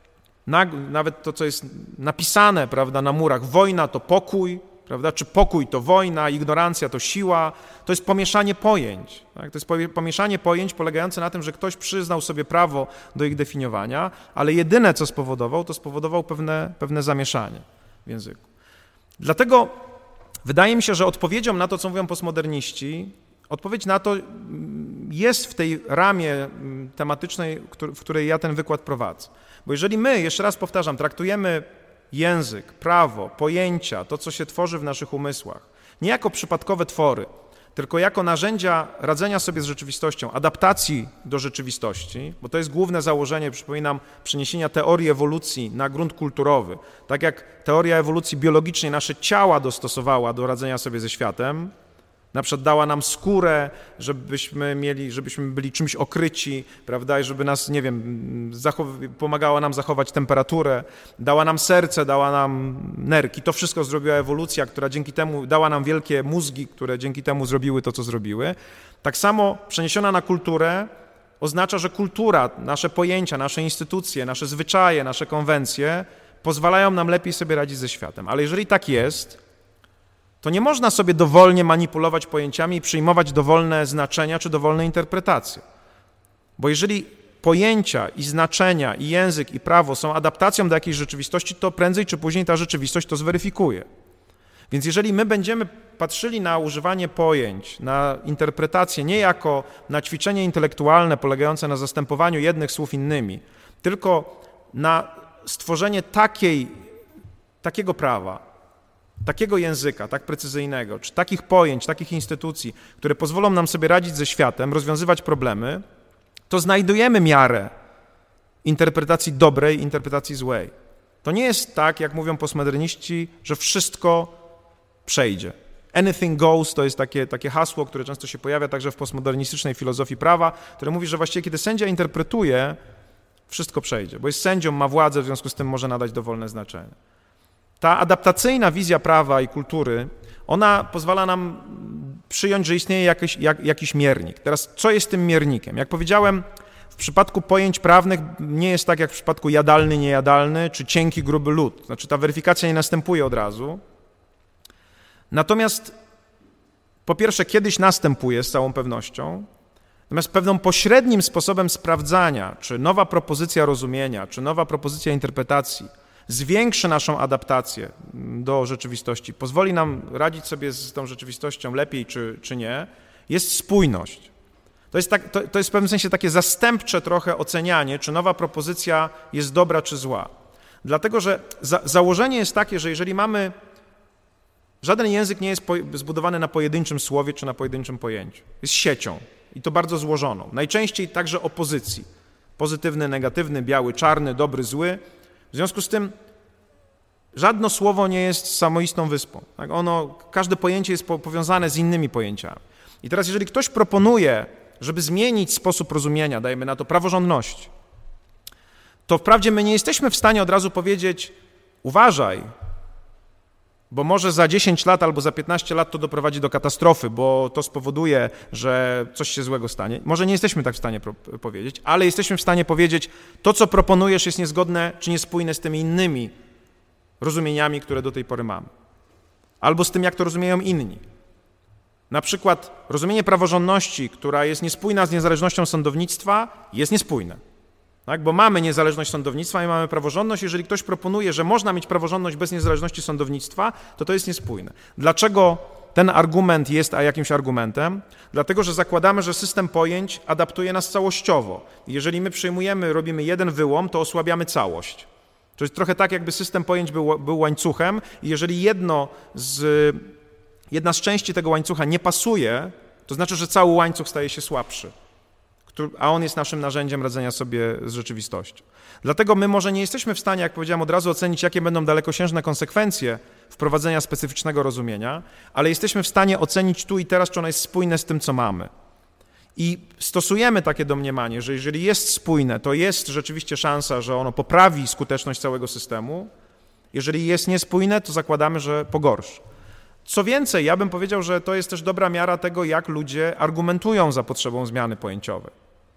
nawet to, co jest napisane, prawda, na murach, wojna to pokój, prawda? Czy pokój to wojna, ignorancja to siła, to jest pomieszanie pojęć. Tak? To jest pomieszanie pojęć polegające na tym, że ktoś przyznał sobie prawo do ich definiowania, ale jedyne, co spowodował, to spowodował pewne, pewne zamieszanie w języku. Dlatego wydaje mi się, że odpowiedzią na to, co mówią postmoderniści, odpowiedź na to jest w tej ramie tematycznej, w której ja ten wykład prowadzę. Bo jeżeli my, jeszcze raz powtarzam, traktujemy język, prawo, pojęcia, to, co się tworzy w naszych umysłach, nie jako przypadkowe twory, tylko jako narzędzia radzenia sobie z rzeczywistością, adaptacji do rzeczywistości, bo to jest główne założenie, przypominam, przeniesienia teorii ewolucji na grunt kulturowy. Tak jak teoria ewolucji biologicznej nasze ciała dostosowała do radzenia sobie ze światem, na przykład dała nam skórę, żebyśmy mieli, żebyśmy byli czymś okryci, prawda, i żeby nas, nie wiem, zachow- pomagała nam zachować temperaturę, dała nam serce, dała nam nerki. To wszystko zrobiła ewolucja, która dzięki temu dała nam wielkie mózgi, które dzięki temu zrobiły to, co zrobiły. Tak samo przeniesiona na kulturę oznacza, że kultura, nasze pojęcia, nasze instytucje, nasze zwyczaje, nasze konwencje pozwalają nam lepiej sobie radzić ze światem. Ale jeżeli tak jest, to nie można sobie dowolnie manipulować pojęciami i przyjmować dowolne znaczenia czy dowolne interpretacje. Bo jeżeli pojęcia i znaczenia i język i prawo są adaptacją do jakiejś rzeczywistości, to prędzej czy później ta rzeczywistość to zweryfikuje. Więc jeżeli my będziemy patrzyli na używanie pojęć, na interpretację nie jako na ćwiczenie intelektualne polegające na zastępowaniu jednych słów innymi, tylko na stworzenie takiej, takiego prawa, takiego języka, tak precyzyjnego, czy takich pojęć, takich instytucji, które pozwolą nam sobie radzić ze światem, rozwiązywać problemy, to znajdujemy miarę interpretacji dobrej, interpretacji złej. To nie jest tak, jak mówią postmoderniści, że wszystko przejdzie. Anything goes to jest takie, takie hasło, które często się pojawia także w postmodernistycznej filozofii prawa, które mówi, że właściwie kiedy sędzia interpretuje, wszystko przejdzie, bo jest sędzią, ma władzę, w związku z tym może nadać dowolne znaczenie. Ta adaptacyjna wizja prawa i kultury, ona pozwala nam przyjąć, że istnieje jakiś, jak, jakiś miernik. Teraz, co jest tym miernikiem? Jak powiedziałem, w przypadku pojęć prawnych nie jest tak jak w przypadku jadalny, niejadalny, czy cienki, gruby lód. Znaczy ta weryfikacja nie następuje od razu. Natomiast po pierwsze kiedyś następuje z całą pewnością, natomiast pewnym pośrednim sposobem sprawdzania, czy nowa propozycja rozumienia, czy nowa propozycja interpretacji zwiększy naszą adaptację do rzeczywistości, pozwoli nam radzić sobie z tą rzeczywistością lepiej czy, czy nie, jest spójność. To jest, tak, to, to jest w pewnym sensie takie zastępcze trochę ocenianie, czy nowa propozycja jest dobra czy zła. Dlatego, że za, założenie jest takie, że jeżeli mamy... Żaden język nie jest po, zbudowany na pojedynczym słowie czy na pojedynczym pojęciu. Jest siecią i to bardzo złożoną. Najczęściej także opozycji. Pozytywny, negatywny, biały, czarny, dobry, zły. W związku z tym żadne słowo nie jest samoistną wyspą. Tak? Ono, każde pojęcie jest powiązane z innymi pojęciami. I teraz jeżeli ktoś proponuje, żeby zmienić sposób rozumienia, dajmy na to praworządności, to wprawdzie my nie jesteśmy w stanie od razu powiedzieć uważaj, bo może za dziesięć lat albo za piętnaście lat to doprowadzi do katastrofy, bo to spowoduje, że coś się złego stanie. Może nie jesteśmy tak w stanie pro- powiedzieć, ale jesteśmy w stanie powiedzieć, to co proponujesz jest niezgodne czy niespójne z tymi innymi rozumieniami, które do tej pory mamy, albo z tym, jak to rozumieją inni. Na przykład rozumienie praworządności, która jest niespójna z niezależnością sądownictwa, jest niespójne. Tak? Bo mamy niezależność sądownictwa i mamy praworządność. Jeżeli ktoś proponuje, że można mieć praworządność bez niezależności sądownictwa, to to jest niespójne. Dlaczego ten argument jest a jakimś argumentem? Dlatego, że zakładamy, że system pojęć adaptuje nas całościowo. Jeżeli my przyjmujemy, robimy jeden wyłom, to osłabiamy całość. To jest trochę tak, jakby system pojęć był, był łańcuchem i jeżeli jedno z, jedna z części tego łańcucha nie pasuje, to znaczy, że cały łańcuch staje się słabszy, a on jest naszym narzędziem radzenia sobie z rzeczywistością. Dlatego my może nie jesteśmy w stanie, jak powiedziałem od razu, ocenić, jakie będą dalekosiężne konsekwencje wprowadzenia specyficznego rozumienia, ale jesteśmy w stanie ocenić tu i teraz, czy ono jest spójne z tym, co mamy. I stosujemy takie domniemanie, że jeżeli jest spójne, to jest rzeczywiście szansa, że ono poprawi skuteczność całego systemu. Jeżeli jest niespójne, to zakładamy, że pogorszy. Co więcej, ja bym powiedział, że to jest też dobra miara tego, jak ludzie argumentują za potrzebą zmiany pojęciowej.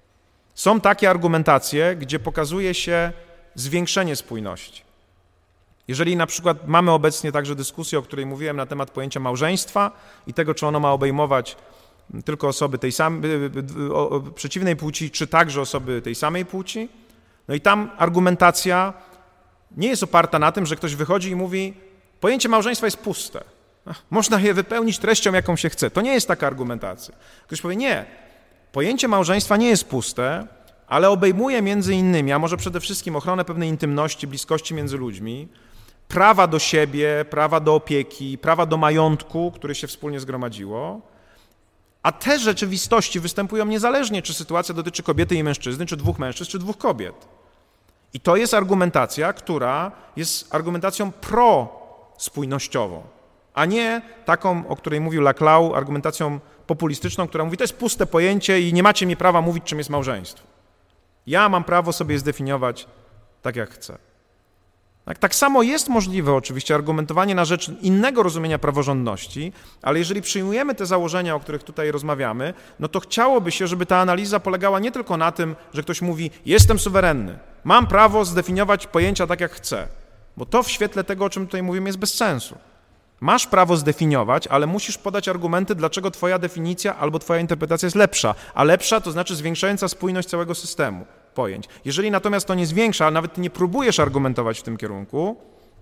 Są takie argumentacje, gdzie pokazuje się zwiększenie spójności. Jeżeli na przykład mamy obecnie także dyskusję, o której mówiłem na temat pojęcia małżeństwa i tego, czy ono ma obejmować tylko osoby tej samej, przeciwnej płci, czy także osoby tej samej płci, no i tam argumentacja nie jest oparta na tym, że ktoś wychodzi i mówi, pojęcie małżeństwa jest puste. Można je wypełnić treścią, jaką się chce. To nie jest taka argumentacja. Ktoś powie, nie, pojęcie małżeństwa nie jest puste, ale obejmuje między innymi, a może przede wszystkim ochronę pewnej intymności, bliskości między ludźmi, prawa do siebie, prawa do opieki, prawa do majątku, które się wspólnie zgromadziło, a te rzeczywistości występują niezależnie, czy sytuacja dotyczy kobiety i mężczyzny, czy dwóch mężczyzn, czy dwóch kobiet. I to jest argumentacja, która jest argumentacją prospójnościową, a nie taką, o której mówił Laclau, argumentacją populistyczną, która mówi, to jest puste pojęcie i nie macie mi prawa mówić, czym jest małżeństwo. Ja mam prawo sobie zdefiniować tak, jak chcę. Tak, tak samo jest możliwe oczywiście argumentowanie na rzecz innego rozumienia praworządności, ale jeżeli przyjmujemy te założenia, o których tutaj rozmawiamy, no to chciałoby się, żeby ta analiza polegała nie tylko na tym, że ktoś mówi, jestem suwerenny, mam prawo zdefiniować pojęcia tak, jak chcę, bo to w świetle tego, o czym tutaj mówimy, jest bez sensu. Masz prawo zdefiniować, ale musisz podać argumenty, dlaczego twoja definicja albo twoja interpretacja jest lepsza, a lepsza to znaczy zwiększająca spójność całego systemu pojęć. Jeżeli natomiast to nie zwiększa, ale nawet nie próbujesz argumentować w tym kierunku,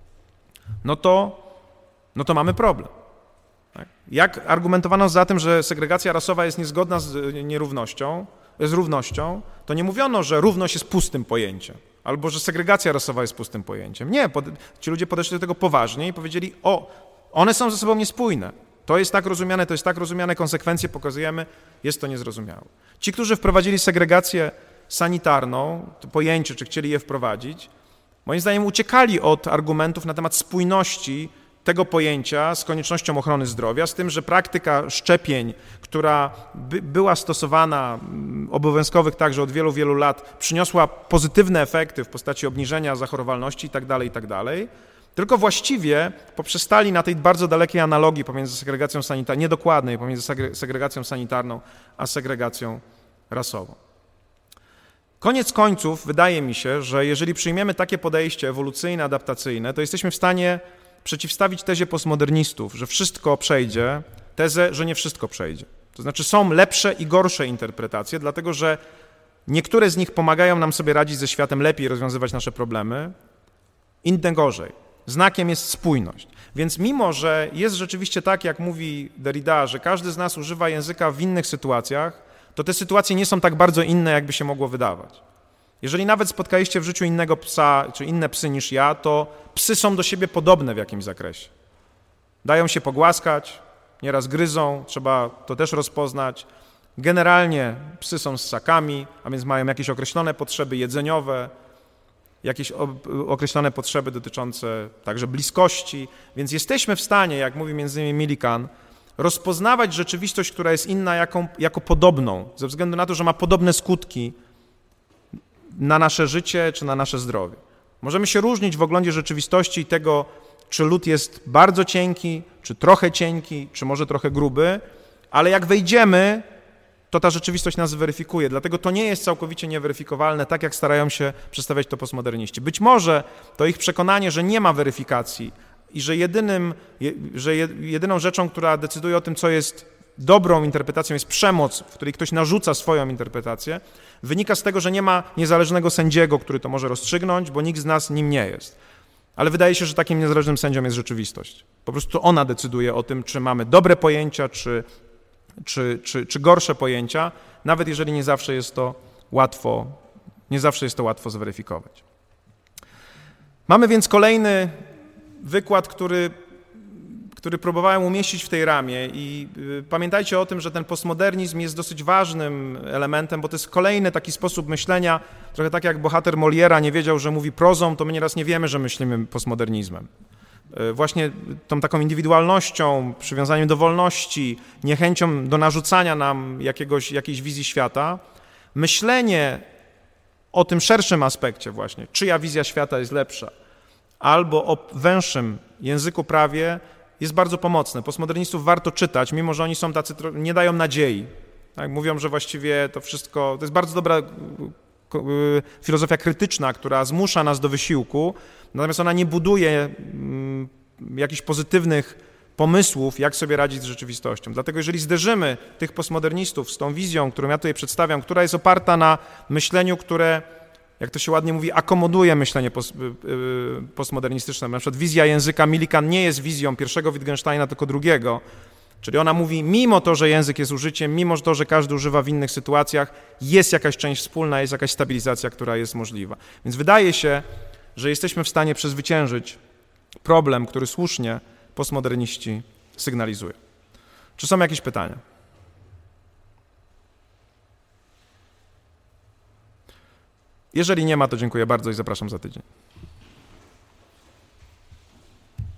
no to, no to mamy problem. Tak? Jak argumentowano za tym, że segregacja rasowa jest niezgodna z nierównością, z równością, to nie mówiono, że równość jest pustym pojęciem, albo że segregacja rasowa jest pustym pojęciem. Nie, pod, ci ludzie podeszli do tego poważnie i powiedzieli, o, one są ze sobą niespójne. To jest tak rozumiane, to jest tak rozumiane, konsekwencje pokazujemy, jest to niezrozumiałe. Ci, którzy wprowadzili segregację sanitarną, to pojęcie, czy chcieli je wprowadzić, moim zdaniem uciekali od argumentów na temat spójności tego pojęcia z koniecznością ochrony zdrowia, z tym, że praktyka szczepień, która by, była stosowana, obowiązkowych także od wielu, wielu lat, przyniosła pozytywne efekty w postaci obniżenia zachorowalności itd., itd., tylko właściwie poprzestali na tej bardzo dalekiej analogii pomiędzy segregacją sanitarną, niedokładnej pomiędzy segregacją sanitarną a segregacją rasową. Koniec końców wydaje mi się, że jeżeli przyjmiemy takie podejście ewolucyjne, adaptacyjne, to jesteśmy w stanie przeciwstawić tezie postmodernistów, że wszystko przejdzie, tezę, że nie wszystko przejdzie. To znaczy są lepsze i gorsze interpretacje, dlatego że niektóre z nich pomagają nam sobie radzić ze światem lepiej, rozwiązywać nasze problemy, inne gorzej. Znakiem jest spójność. Więc mimo, że jest rzeczywiście tak, jak mówi Derrida, że każdy z nas używa języka w innych sytuacjach, to te sytuacje nie są tak bardzo inne, jakby się mogło wydawać. Jeżeli nawet spotkaliście w życiu innego psa, czy inne psy niż ja, to psy są do siebie podobne w jakimś zakresie. Dają się pogłaskać, nieraz gryzą, trzeba to też rozpoznać. Generalnie psy są ssakami, a więc mają jakieś określone potrzeby jedzeniowe, jakieś określone potrzeby dotyczące także bliskości, więc jesteśmy w stanie, jak mówi między innymi Millikan, rozpoznawać rzeczywistość, która jest inna, jaką, jako podobną, ze względu na to, że ma podobne skutki na nasze życie czy na nasze zdrowie. Możemy się różnić w oglądzie rzeczywistości i tego, czy lód jest bardzo cienki, czy trochę cienki, czy może trochę gruby, ale jak wejdziemy to ta rzeczywistość nas weryfikuje. Dlatego to nie jest całkowicie nieweryfikowalne, tak jak starają się przedstawiać to postmoderniści. Być może to ich przekonanie, że nie ma weryfikacji i że, jedynym, że jedyną rzeczą, która decyduje o tym, co jest dobrą interpretacją, jest przemoc, w której ktoś narzuca swoją interpretację, wynika z tego, że nie ma niezależnego sędziego, który to może rozstrzygnąć, bo nikt z nas nim nie jest. Ale wydaje się, że takim niezależnym sędzią jest rzeczywistość. Po prostu ona decyduje o tym, czy mamy dobre pojęcia, czy, czy, czy, czy gorsze pojęcia, nawet jeżeli nie zawsze jest to łatwo, nie zawsze jest to łatwo zweryfikować. Mamy więc kolejny wykład, który, który próbowałem umieścić w tej ramie i pamiętajcie o tym, że ten postmodernizm jest dosyć ważnym elementem, bo to jest kolejny taki sposób myślenia, trochę tak jak bohater Moliera nie wiedział, że mówi prozą, to my nieraz nie wiemy, że myślimy postmodernizmem. Właśnie tą taką indywidualnością, przywiązaniem do wolności, niechęcią do narzucania nam jakiegoś, jakiejś wizji świata, myślenie o tym szerszym aspekcie właśnie, czyja wizja świata jest lepsza, albo o węższym języku prawie jest bardzo pomocne. Postmodernistów warto czytać, mimo że oni są tacy, nie dają nadziei. Tak? Mówią, że właściwie to wszystko, to jest bardzo dobra filozofia krytyczna, która zmusza nas do wysiłku, natomiast ona nie buduje jakichś pozytywnych pomysłów, jak sobie radzić z rzeczywistością. Dlatego jeżeli zderzymy tych postmodernistów z tą wizją, którą ja tutaj przedstawiam, która jest oparta na myśleniu, które, jak to się ładnie mówi, akomoduje myślenie postmodernistyczne. Na przykład wizja języka Millikan nie jest wizją pierwszego Wittgensteina, tylko drugiego. Czyli ona mówi, mimo to, że język jest użyciem, mimo to, że każdy używa w innych sytuacjach, jest jakaś część wspólna, jest jakaś stabilizacja, która jest możliwa. Więc wydaje się, że jesteśmy w stanie przezwyciężyć problem, który słusznie postmoderniści sygnalizują. Czy są jakieś pytania? Jeżeli nie ma, to dziękuję bardzo i zapraszam za tydzień.